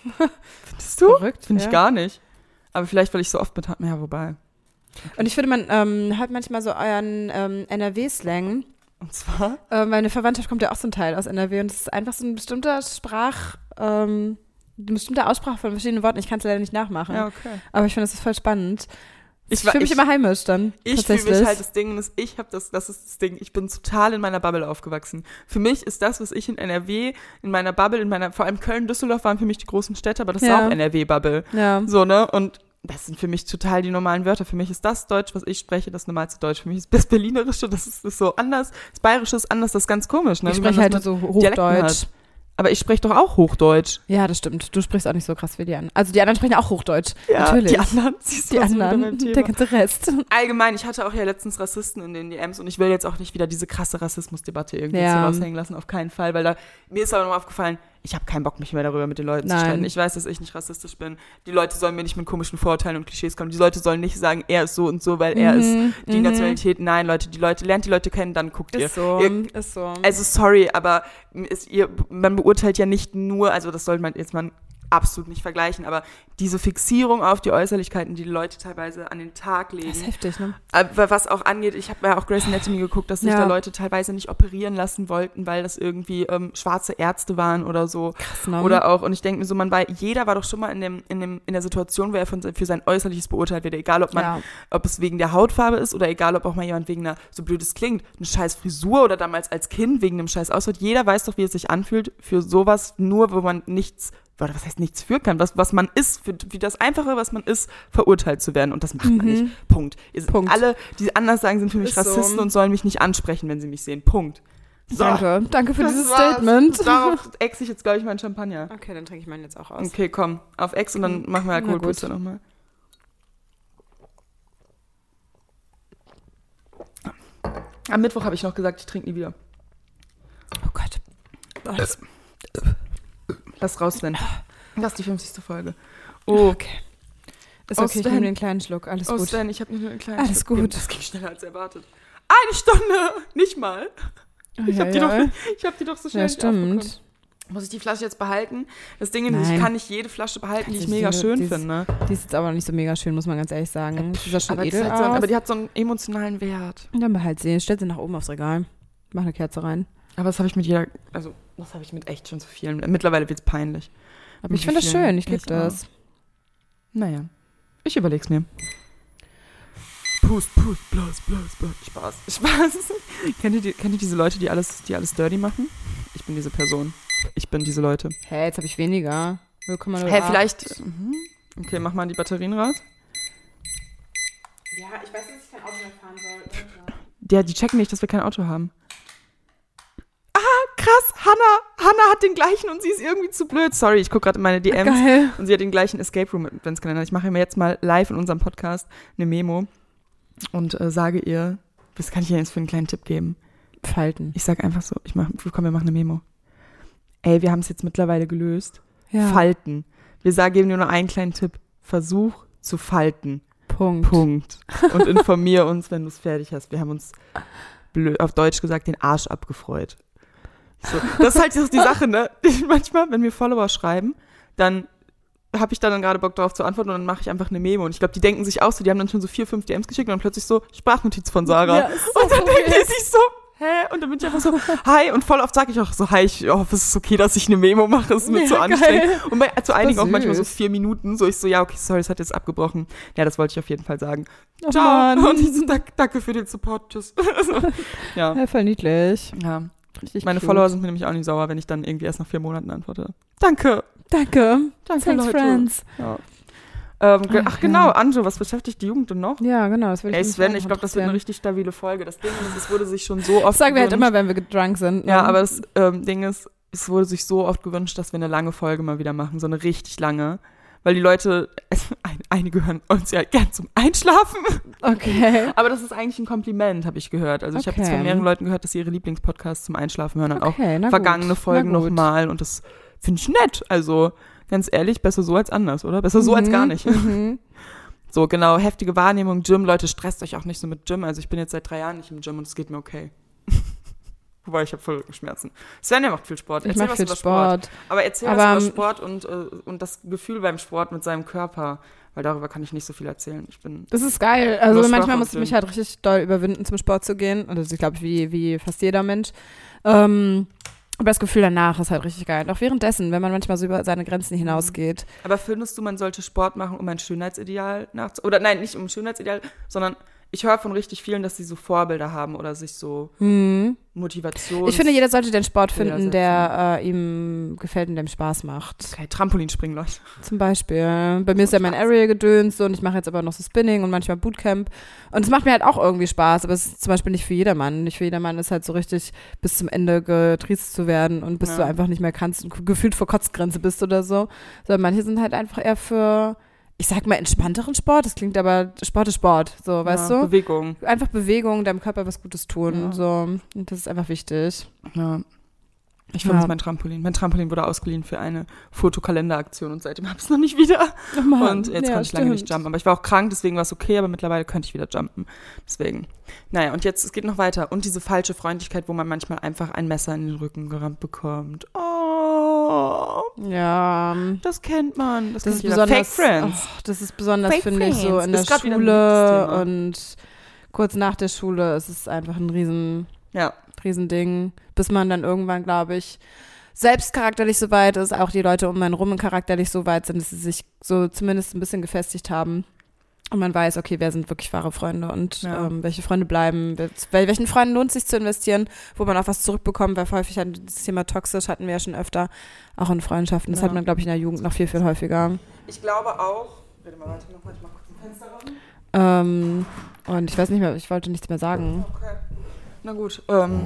Findest du? Verrückt, Finde ich ja. gar nicht. Aber vielleicht, weil ich so oft mit habe. Ja, wobei. Und ich finde, man ähm, hört manchmal so euren ähm, N R W-Slang. Und zwar? Äh, meine Verwandtschaft kommt ja auch zum Teil aus N R W und es ist einfach so ein bestimmter Sprach, ähm, eine bestimmte Aussprache von verschiedenen Worten. Ich kann es leider nicht nachmachen. Ja, okay. Aber ich finde, das ist voll spannend. Ich Ich, wa- fühle mich ich- immer heimisch dann. Ich fühle tatsächlich. mich halt, das Ding ist, ich habe das, das ist das Ding, ich bin total in meiner Bubble aufgewachsen. Für mich ist das, was ich in N R W, in meiner Bubble, in meiner, vor allem Köln, Düsseldorf waren für mich die großen Städte, aber das Ja. ist auch N R W-Bubble. Ja. So, ne? Und das sind für mich total die normalen Wörter. Für mich ist das Deutsch, was ich spreche, das normalste Deutsch. Für mich ist das Berlinerische, das ist, ist so anders, das Bayerische ist anders, das ist ganz komisch, ne? Ich Wie man spreche das halt mit so Dialekten Hochdeutsch. hat. Aber ich spreche doch auch Hochdeutsch. Ja, das stimmt. Du sprichst auch nicht so krass wie die anderen. Also die anderen sprechen auch Hochdeutsch. Natürlich. Die anderen, siehst du, Die das ist wieder anderen, mein Thema. der ganze Rest. Allgemein, ich hatte auch ja letztens Rassisten in den D Ms und ich will jetzt auch nicht wieder diese krasse Rassismusdebatte irgendwie Ja. so raushängen lassen, auf keinen Fall, weil da, mir ist aber noch aufgefallen, ich habe keinen Bock, mich mehr darüber mit den Leuten Nein. zu streiten. Ich weiß, dass ich nicht rassistisch bin. Die Leute sollen mir nicht mit komischen Vorurteilen und Klischees kommen. Die Leute sollen nicht sagen, er ist so und so, weil er Mhm, ist die mhm. Nationalität. Nein, Leute, die Leute, lernt die Leute kennen, dann guckt ihr. Ist so. ihr Ist so. also sorry, aber ist, ihr, man beurteilt ja nicht nur, also das sollte man jetzt mal absolut nicht vergleichen, aber diese Fixierung auf die Äußerlichkeiten, die die Leute teilweise an den Tag legen, Das ist heftig, ne? aber was auch angeht, ich habe ja auch Grey's Anatomy geguckt, dass sich Ja. da Leute teilweise nicht operieren lassen wollten, weil das irgendwie ähm, schwarze Ärzte waren oder so. Krass, ne? Oder auch, und ich denke mir so, man war, jeder war doch schon mal in dem, in dem, in der Situation, wo er von, für sein Äußerliches beurteilt wird, egal ob man, Ja. ob es wegen der Hautfarbe ist oder egal ob auch mal jemand wegen einer, so blöd es klingt, eine scheiß Frisur oder damals als Kind wegen einem scheiß Ausdruck. Jeder weiß doch, wie es sich anfühlt für sowas, nur wo man nichts, oder was heißt nichts für kann, was, was man ist, für, wie das Einfache, was man ist, verurteilt zu werden. Und das macht man Mhm. nicht. Punkt. Ihr, Punkt. Alle, die anders sagen, sind für mich Ist so. Rassisten und sollen mich nicht ansprechen, wenn sie mich sehen. Punkt. So. Danke. Danke für Das dieses war's. Statement. Darauf ex ich jetzt, glaube ich, meinen Champagner. Okay, dann trinke ich meinen jetzt auch aus. Okay, komm, auf Ex und dann machen wir Alkoholputzer nochmal. Am Mittwoch habe ich noch gesagt, ich trinke nie wieder. Oh Gott. Oh, das, Lass raus, Sven. Das ist die fünfzigste Folge. Oh, okay. Ist Oh, okay, ich Sven. nehme den kleinen Schluck. Alles oh gut. Sven, ich habe nur einen kleinen Alles Schluck. gut. Das ging schneller als erwartet. Eine Stunde! Nicht mal. Ich habe die, doch- ich hab die doch so schnell Ja, nicht aufbekommen. stimmt. Muss ich die Flasche jetzt behalten? Das Ding ist, ich Nein. kann nicht jede Flasche behalten, die ich Also mega diese- schön dieses- finde. Die ist jetzt aber nicht so mega schön, muss man ganz ehrlich sagen. Die sah schon Aber die, edel hat so, aus. aber die hat so einen emotionalen Wert. Und dann behalt sie. Stell sie nach oben aufs Regal. Mach eine Kerze rein. Aber das habe ich mit jeder, also das habe ich mit echt schon zu vielen. Mittlerweile wird es peinlich. Aber Mit ich finde wie das vielen? schön. Ich liebe Ich das. Naja, ich überleg's mir. Pust, Pust, Blas, Blas, Blas. Spaß, Spaß. kennt, ihr die, kennt ihr diese Leute, die alles, die alles dirty machen? Ich bin diese Person. Ich bin diese Leute. Hä, hey, jetzt habe ich weniger. null Komma null Hä, acht. vielleicht. Mhm. Okay, mach mal die Batterien raus. Ja, ich weiß, dass ich kein Auto mehr fahren soll. Ja, die checken nicht, dass wir kein Auto haben. Ah, krass, Hannah. Hannah hat den gleichen und sie ist irgendwie zu blöd. Sorry, ich gucke gerade in meine D Ms. Geil. Und sie hat den gleichen Escape Room Adventskalender. Ich mache mir jetzt mal live in unserem Podcast eine Memo und äh, sage ihr, was kann ich ihr jetzt für einen kleinen Tipp geben? Falten. Ich sage einfach so, ich mach, komm, wir machen eine Memo. Ey, wir haben es jetzt mittlerweile gelöst. Ja. Falten. Wir sagen, geben dir nur einen kleinen Tipp. Versuch zu falten. Punkt. Punkt. Und informier uns, wenn du es fertig hast. Wir haben uns, blöd, auf Deutsch gesagt, den Arsch abgefreut. So, das ist halt die Sache, ne? Manchmal, wenn mir Follower schreiben, dann habe ich dann gerade Bock darauf zu antworten und dann mache ich einfach eine Memo. Und ich glaube, die denken sich auch so, die haben dann schon so vier, fünf D Ms geschickt und dann plötzlich so, Sprachnotiz von Sarah. Ja, ist und dann so denken die weird. sich so, hä? Und dann bin ich einfach so, hi. Und voll oft sage ich auch so, hi, ich hoffe, es ist okay, dass ich eine Memo mache. Es ist mir Ja, zu anstrengend. geil. Und bei, zu einigen auch süß. manchmal so vier Minuten. So ich so, ja, okay, sorry, es hat jetzt abgebrochen. Ja, das wollte ich auf jeden Fall sagen. Oh, Ciao. Mann. Und ich so, danke, danke für den Support. Tschüss. so, ja. Ja, voll niedlich. ja. Richtig Meine cute. Follower sind mir nämlich auch nicht sauer, wenn ich dann irgendwie erst nach vier Monaten antworte. Danke. Danke. Danke, Thanks, Leute. friends. Ja. Ähm, ge- Ach, ach genau, ja. Anjo, was beschäftigt die Jugend denn noch? Ja, genau. Das würde Ey ich Sven, ich glaube, das wird eine richtig stabile Folge. Das Ding ist, es wurde sich schon so oft Das sagen wir halt gewünscht. immer, wenn wir drunk sind. Ne? Ja, aber das ähm, Ding ist, es wurde sich so oft gewünscht, dass wir eine lange Folge mal wieder machen, so eine richtig lange. Weil die Leute, es, ein, einige hören uns ja gern zum Einschlafen. Okay. Aber das ist eigentlich ein Kompliment, habe ich gehört. Also ich habe jetzt Okay. von mehreren Leuten gehört, dass sie ihre Lieblingspodcasts zum Einschlafen hören und Okay, na auch vergangene gut, Folgen na gut. nochmal. Und das finde ich nett. Also ganz ehrlich, besser so als anders, oder? Besser so als gar nicht. Mhm. So, genau, heftige Wahrnehmung, Gym. Leute, stresst euch auch nicht so mit Gym. Also ich bin jetzt seit drei Jahren nicht im Gym und es geht mir okay. Wobei, ich habe voll Schmerzen. Svenja macht viel Sport. Ich Erzähl mache was viel über Sport. Sport. Aber erzähl Aber, was über ähm, Sport und, äh, und das Gefühl beim Sport mit seinem Körper. Weil darüber kann ich nicht so viel erzählen. Ich bin Das ist geil. Also Nur schwach manchmal und muss ich dünn. mich halt richtig doll überwinden, zum Sport zu gehen. Und das ist, glaube ich, wie, wie fast jeder Mensch. Ähm, aber das Gefühl danach ist halt richtig geil. Und auch währenddessen, wenn man manchmal so über seine Grenzen hinausgeht. Aber findest du, man sollte Sport machen, um ein Schönheitsideal nachzu... Oder nein, nicht um ein Schönheitsideal, sondern ich höre von richtig vielen, dass sie so Vorbilder haben oder sich so Hm. Motivation... Ich finde, jeder sollte den Sport Bilder finden, der äh, ihm gefällt und dem Spaß macht. Okay, Trampolinspringen, Leute. Zum Beispiel. Bei mir ist ja mein Area gedöns so, und ich mache jetzt aber noch so Spinning und manchmal Bootcamp. Und es macht mir halt auch irgendwie Spaß, aber es ist zum Beispiel nicht für jedermann. Nicht für jedermann ist halt so richtig bis zum Ende getriezt zu werden und bis Ja. du einfach nicht mehr kannst und gefühlt vor Kotzgrenze bist oder so. Sondern manche sind halt einfach eher für, ich sag mal, entspannteren Sport. Das klingt aber, Sport ist Sport, so, weißt ja, du? Bewegung. Einfach Bewegung, deinem Körper was Gutes tun. Ja. So. Und das ist einfach wichtig. Ja. Ich vermisse Ja. mein Trampolin. Mein Trampolin wurde ausgeliehen für eine Fotokalenderaktion und seitdem habe ich es noch nicht wieder. Oh Mann. Und jetzt Ja, konnte ich lange nicht stimmt. jumpen. Aber ich war auch krank, deswegen war es okay, aber mittlerweile könnte ich wieder jumpen. Deswegen. Naja, und jetzt, es geht noch weiter. Und diese falsche Freundlichkeit, wo man manchmal einfach ein Messer in den Rücken gerammt bekommt. Oh, Ja. das kennt man. Das, Das kennt ist jeder. besonders, Fake Friends. Oh, das ist besonders, Fake finde ich, so Friends. in der Ist grad wieder ein Schule Lieblingsthema. und kurz nach der Schule ist es einfach ein riesen, Ja. riesen Ding, bis man dann irgendwann, glaube ich, selbst charakterlich so weit ist, auch die Leute um einen rum charakterlich so weit sind, dass sie sich so zumindest ein bisschen gefestigt haben. Und man weiß, okay, wer sind wirklich wahre Freunde und Ja. ähm, ähm, welche Freunde bleiben, bei welchen Freunden lohnt es sich zu investieren, wo man auch was zurückbekommt, weil häufig halt das Thema toxisch hatten wir ja schon öfter, auch in Freundschaften. Das Ja. hat man, glaube ich, in der Jugend noch viel, viel häufiger. Ich glaube auch. Warte mal, warte noch mal, ich mach kurz ein Fenster ran. Ähm, und ich weiß nicht mehr, ich wollte nichts mehr sagen. Okay. Na gut. Ähm,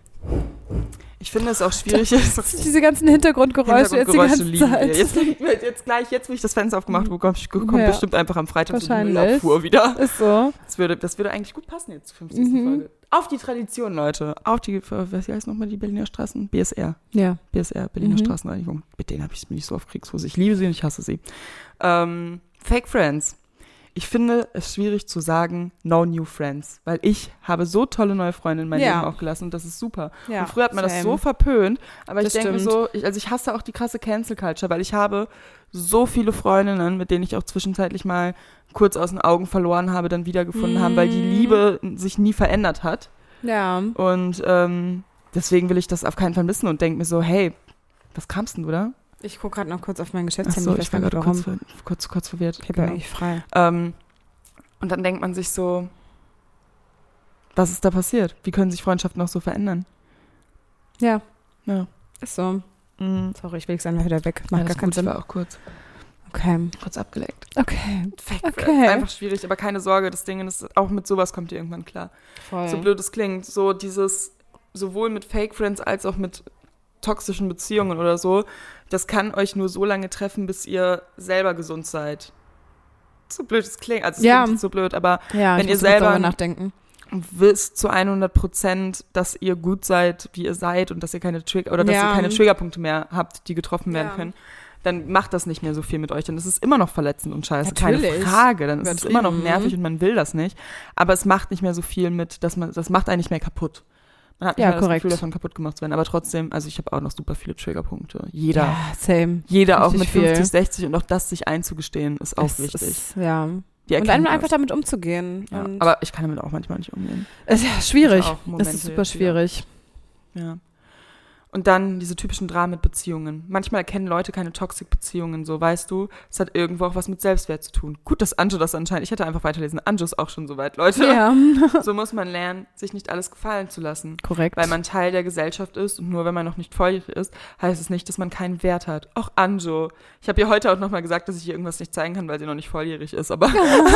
ich finde es auch schwierig. Diese ganzen Hintergrundgeräusche, jetzt die Hintergrundgeräusche ganze lieben wir. Zeit. Jetzt, jetzt gleich, jetzt, wo ich das Fenster aufgemacht habe, kommt kommt Ja. bestimmt einfach am Freitag so die Wahrscheinlich. Müllabfuhr wieder. Ist so. Das würde, das würde eigentlich gut passen jetzt zur fünfzigsten Mhm. Folge. Auf die Tradition, Leute. Auf die, was heißt nochmal die Berliner Straßen? B S R. Ja. B S R, Berliner Mhm. Straßenreinigung. Mit denen habe ich es mir nicht so auf Kriegsfuß. Ich liebe sie und ich hasse sie. Ähm, Fake Friends. Ich finde es schwierig zu sagen, no new friends, weil ich habe so tolle neue Freunde in mein Ja. Leben auch gelassen und das ist super. Ja, und früher hat man das same. so verpönt, aber Das ich denke stimmt. so, ich, also ich hasse auch die krasse Cancel Culture, weil ich habe so viele Freundinnen, mit denen ich auch zwischenzeitlich mal kurz aus den Augen verloren habe, dann wiedergefunden Mhm. haben, weil die Liebe sich nie verändert hat. Ja. Und ähm, deswegen will ich das auf keinen Fall missen und denke mir so, hey, was kamst denn du da? Ich gucke gerade noch kurz auf mein Ach Geschäftshandy. so, ich ich weiß war gar nicht gerade warum. kurz, ver kurz, kurz verwirrt. Ich habe Genau. ja eigentlich frei. Ähm, und dann denkt man sich so, was ist da passiert? Wie können sich Freundschaften auch so verändern? Ja, Ja. ist so. Mhm. Sorry, ich will es einfach wieder weg. Macht Alles gar keinen gut, Sinn. Ich war auch kurz, Okay. kurz abgelenkt. Okay. Fake Okay. Friends. Einfach schwierig, aber keine Sorge, das Ding ist, auch mit sowas kommt ihr irgendwann klar. Voll. So blöd es klingt, so dieses, sowohl mit Fake Friends als auch mit toxischen Beziehungen oder so, das kann euch nur so lange treffen, bis ihr selber gesund seid. So blöd es klingt, also es Ja. klingt so blöd, aber ja, wenn ich ihr muss kurz selber- darüber nachdenken. wisst zu hundert Prozent, dass ihr gut seid, wie ihr seid und dass ihr keine Trigger oder dass Ja. ihr keine Triggerpunkte mehr habt, die getroffen werden Ja. können, dann macht das nicht mehr so viel mit euch. Dann ist es immer noch verletzend und scheiße, Natürlich. keine Frage. Dann ist es immer noch Übertrieben. nervig und man will das nicht. Aber es macht nicht mehr so viel mit, dass man, das macht einen nicht mehr kaputt. Man hat nicht Ja, mehr das korrekt. Gefühl, davon kaputt gemacht zu werden. Aber trotzdem, also ich habe auch noch super viele Triggerpunkte. Jeder. Ja, same. Jeder auch Richtig mit viel. fünfzig, sechzig und auch das sich einzugestehen, ist auch Es wichtig. Ist, ja. Die und erkennen einem einfach das. damit umzugehen. Ja, und aber ich kann damit auch manchmal nicht umgehen. es ist ja schwierig. Ich auch Es Momente ist super jetzt wieder. schwierig. Ja. Und dann diese typischen Dramen mit Beziehungen. Manchmal erkennen Leute keine Toxic-Beziehungen, so, weißt du. Es hat irgendwo auch was mit Selbstwert zu tun. Gut, dass Anjo das anscheinend, ich hätte einfach weiterlesen, Anjo ist auch schon so weit, Leute. Ja, So muss man lernen, sich nicht alles gefallen zu lassen. korrekt. Weil man Teil der Gesellschaft ist und nur wenn man noch nicht volljährig ist, heißt es nicht, dass man keinen Wert hat. Auch Anjo. Ich habe ihr heute auch nochmal gesagt, dass ich ihr irgendwas nicht zeigen kann, weil sie noch nicht volljährig ist, aber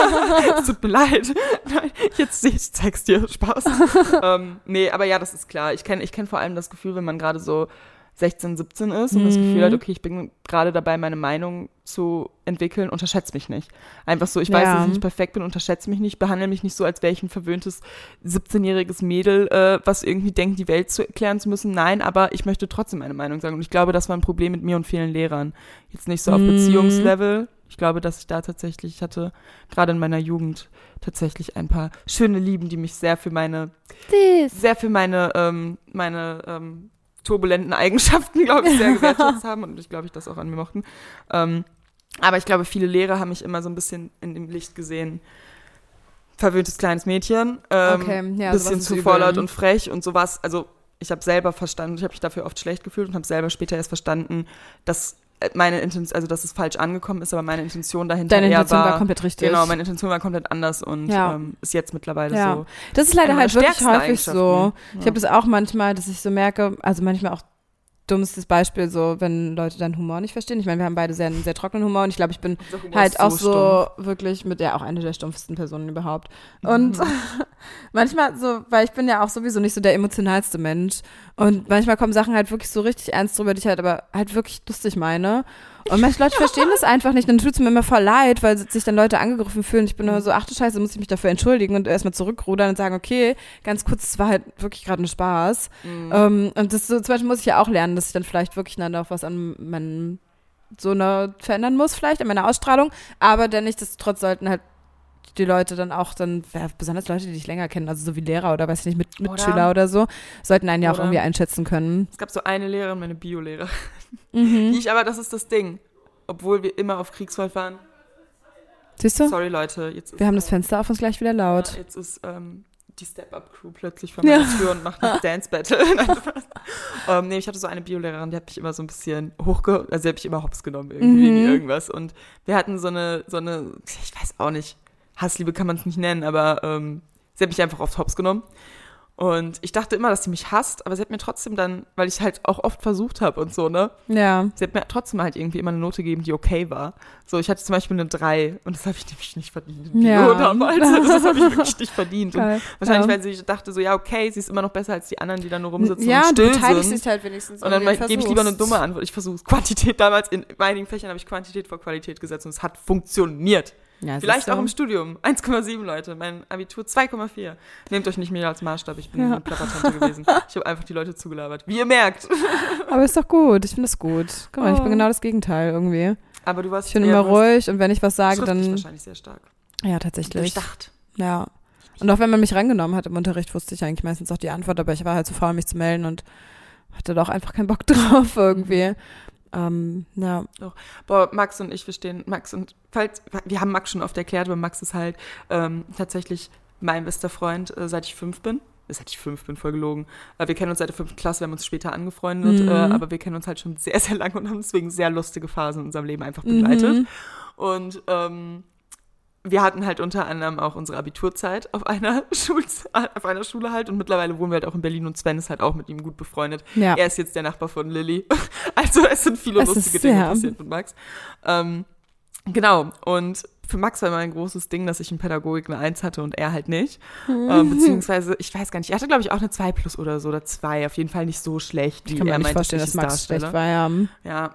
es tut mir leid. Nein, jetzt sehe ich, zeig's dir. Spaß. ähm, nee, aber ja, das ist klar. Ich kenne ich kenn vor allem das Gefühl, wenn man gerade so sechzehn, siebzehn ist und mhm. das Gefühl hat, okay, ich bin gerade dabei, meine Meinung zu entwickeln, unterschätzt mich nicht. Einfach so, ich weiß, ja. dass ich nicht perfekt bin, unterschätze mich nicht, behandle mich nicht so, als wäre ich ein verwöhntes siebzehnjähriges Mädel, äh, was irgendwie denkt, die Welt zu erklären zu müssen. Nein, aber ich möchte trotzdem meine Meinung sagen. Und ich glaube, das war ein Problem mit mir und vielen Lehrern. Jetzt nicht so auf mhm. Beziehungslevel. Ich glaube, dass ich da tatsächlich, ich hatte gerade in meiner Jugend tatsächlich ein paar schöne Lieben, die mich sehr für meine, Süß. sehr für meine, ähm, meine, ähm, turbulenten Eigenschaften, glaube ich, sehr gewertschätzt haben und ich glaube, ich das auch an mir mochten. Ähm, aber ich glaube, viele Lehrer haben mich immer so ein bisschen in dem Licht gesehen, verwöhntes kleines Mädchen, ähm, okay. ja, bisschen zu vorlaut und frech und sowas. Also ich habe selber verstanden, ich habe mich dafür oft schlecht gefühlt und habe selber später erst verstanden, dass meine Intention, also dass es falsch angekommen ist, aber meine Intention dahinter Deine eher Intention war, war komplett richtig. Genau, meine Intention war komplett anders und ja. ähm, ist jetzt mittlerweile ja. so. Das ist leider eine halt meiner wirklich stärksten häufig so. Eigenschaften. Ich habe das auch manchmal, dass ich so merke, also manchmal auch dummstes Beispiel, so wenn Leute dann Humor nicht verstehen. Ich meine, wir haben beide sehr, einen sehr trockenen Humor und ich glaube, ich bin halt so auch so stumpf. wirklich mit der auch eine der stumpfsten Personen überhaupt. Und mhm. manchmal so, weil ich bin ja auch sowieso nicht so der emotionalste Mensch und manchmal kommen Sachen halt wirklich so richtig ernst drüber, die ich halt aber halt wirklich lustig meine. Und manche Leute verstehen das einfach nicht. Dann tut es mir immer voll leid, weil sich dann Leute angegriffen fühlen. Ich bin nur so, ach du Scheiße, muss ich mich dafür entschuldigen und erstmal zurückrudern und sagen, okay, ganz kurz, es war halt wirklich gerade ein Spaß. Mhm. Um, und das so, zum Beispiel muss ich ja auch lernen, dass ich dann vielleicht wirklich dann auch was an meinem so einer verändern muss, vielleicht an meiner Ausstrahlung. Aber dann nichtsdestotrotz sollten halt die Leute dann auch dann, ja, besonders Leute, die dich länger kennen, also so wie Lehrer oder weiß ich nicht, mit, Mitschüler oder, oder so, sollten einen ja auch irgendwie einschätzen können. Es gab so eine Lehrerin, meine Bio-Lehrerin, mhm. die ich aber, das ist das Ding, obwohl wir immer auf Kriegswald waren. Siehst du? Sorry, Leute. Jetzt ist, wir haben das Fenster auf uns gleich wieder laut. Ja, jetzt ist ähm, die Step-Up-Crew plötzlich vor meiner ja. Tür und macht eine Dance-Battle. ähm, nee, ich hatte so eine Bio-Lehrerin, die hat mich immer so ein bisschen hochge... Also die hat mich immer hops genommen irgendwie mhm. wegen irgendwas. Und wir hatten so eine, so eine, ich weiß auch nicht, Hassliebe kann man es nicht nennen, aber ähm, sie hat mich einfach oft hops genommen. Und ich dachte immer, dass sie mich hasst, aber sie hat mir trotzdem dann, weil ich halt auch oft versucht habe und so, ne? Ja. Sie hat mir trotzdem halt irgendwie immer eine Note gegeben, die okay war. So, ich hatte zum Beispiel eine drei und das habe ich nämlich nicht verdient. Ja. Damals. Das habe ich wirklich nicht verdient. Und wahrscheinlich, ja. weil sie dachte so, ja, okay, sie ist immer noch besser als die anderen, die da nur rumsitzen ja, und still du beteiligst sind. dich halt wenigstens. Und dann gebe ich lieber eine dumme Antwort. Ich versuche Quantität damals, in einigen Fächern habe ich Quantität vor Qualität gesetzt und es hat funktioniert. Ja, vielleicht so. Auch im Studium. eins Komma sieben, Leute. Mein Abitur zwei Komma vier. Nehmt euch nicht mehr als Maßstab. Ich bin ja. eine Plappertante gewesen. Ich habe einfach die Leute zugelabert. Wie ihr merkt. Aber ist doch gut. Ich finde das gut. Guck mal, oh. ich bin genau das Gegenteil irgendwie. Aber du warst Ich bin immer ruhig und wenn ich was sage, dann... wahrscheinlich sehr stark. Ja, tatsächlich. Durchdacht. Ja. Und auch wenn man mich rangenommen hat im Unterricht, wusste ich eigentlich meistens auch die Antwort, aber ich war halt zu faul, mich zu melden und hatte doch einfach keinen Bock drauf irgendwie. Ähm, ja. Doch. Boah, Max und ich, wir stehen, Max und, falls, wir haben Max schon oft erklärt, aber Max ist halt ähm, tatsächlich mein bester Freund, äh, seit ich fünf bin. Seit ich fünf bin, voll gelogen. Äh, wir kennen uns seit der fünften Klasse, wir haben uns später angefreundet, mhm. äh, aber wir kennen uns halt schon sehr, sehr lange und haben deswegen sehr lustige Phasen in unserem Leben einfach begleitet. Mhm. Und ähm, wir hatten halt unter anderem auch unsere Abiturzeit auf einer, Schul- auf einer Schule halt und mittlerweile wohnen wir halt auch in Berlin und Sven ist halt auch mit ihm gut befreundet. Ja. Er ist jetzt der Nachbar von Lilly. Also es sind viele es lustige Dinge passiert mit Max. Ähm, genau, und für Max war immer ein großes Ding, dass ich in Pädagogik eine Eins hatte und er halt nicht. Mhm. Ähm, beziehungsweise, ich weiß gar nicht, er hatte glaube ich auch eine zwei plus oder so oder zwei, auf jeden Fall nicht so schlecht, wie ich kann mir er nicht meinte, vorstellen, dass Max darstelle. schlecht war, ja. Ja.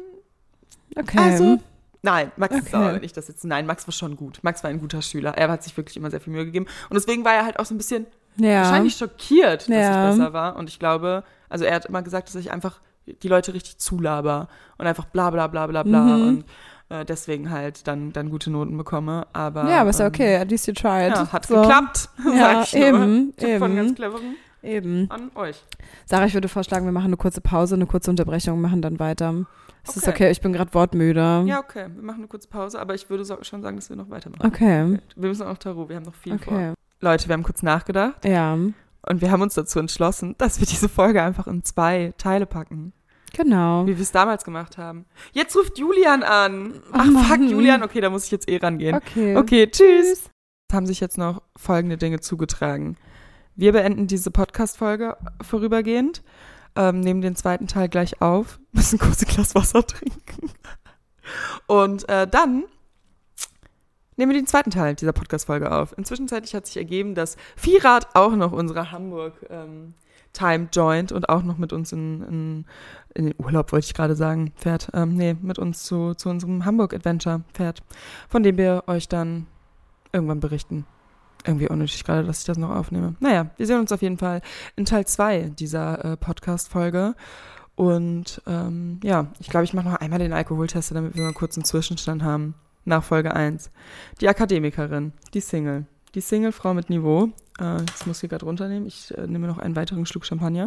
Okay. Also, nein, Max okay. ist sauer, wenn ich das jetzt, nein, Max war schon gut. Max war ein guter Schüler. Er hat sich wirklich immer sehr viel Mühe gegeben. Und deswegen war er halt auch so ein bisschen ja. wahrscheinlich schockiert, dass ja. ich besser war. Und ich glaube, also er hat immer gesagt, dass ich einfach die Leute richtig zulaber und einfach bla bla bla bla bla mhm. und äh, deswegen halt dann, dann gute Noten bekomme. Aber, ja, aber ist ja ähm, okay, at least you tried. Ja, hat so. geklappt, ja, sag ich eben, nur. Tipp eben. von ganz cleveren eben. an euch. Sarah, ich würde vorschlagen, wir machen eine kurze Pause, eine kurze Unterbrechung, machen dann weiter. Es ist okay, ich bin gerade wortmüde. Ja, okay. Wir machen eine kurze Pause, aber ich würde so, schon sagen, dass wir noch weitermachen. Okay. okay. Wir müssen auch noch Tarot, wir haben noch viel Okay. vor. Leute, wir haben kurz nachgedacht. Ja. Und wir haben uns dazu entschlossen, dass wir diese Folge einfach in zwei Teile packen. Genau. Wie wir es damals gemacht haben. Jetzt ruft Julian an. Ach, Oh fuck, Mann. Julian. Okay, da muss ich jetzt eh rangehen. Okay. Okay, tschüss. Es haben sich jetzt noch folgende Dinge zugetragen. Wir beenden diese Podcast-Folge vorübergehend, ähm, nehmen den zweiten Teil gleich auf, müssen kurz ein Glas Wasser trinken. Und äh, dann nehmen wir den zweiten Teil dieser Podcast-Folge auf. Inzwischen hat sich ergeben, dass Vierrad auch noch unsere Hamburg-Time ähm, joint und auch noch mit uns in, in, in den Urlaub, wollte ich gerade sagen, fährt. Ähm, nee, mit uns zu, zu unserem Hamburg-Adventure fährt, von dem wir euch dann irgendwann berichten. Irgendwie unnötig gerade, dass ich das noch aufnehme. Naja, wir sehen uns auf jeden Fall in Teil zwei dieser äh, Podcast-Folge. Und ähm, ja, ich glaube, ich mache noch einmal den Alkoholtest, damit wir mal kurz einen Zwischenstand haben. Nach Folge eins. Die Akademikerin, die Single. Die Single-Frau mit Niveau. Äh, das muss ich gerade runternehmen. Ich äh, nehme noch einen weiteren Schluck Champagner.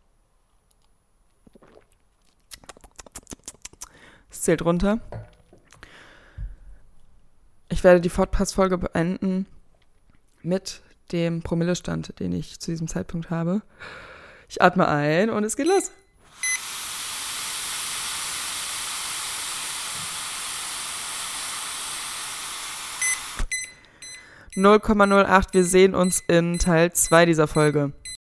Es zählt runter. Ich werde die Podcast-Folge beenden mit dem Promillestand, den ich zu diesem Zeitpunkt habe. Ich atme ein und es geht los. null Komma null acht. Wir sehen uns in Teil zwei dieser Folge.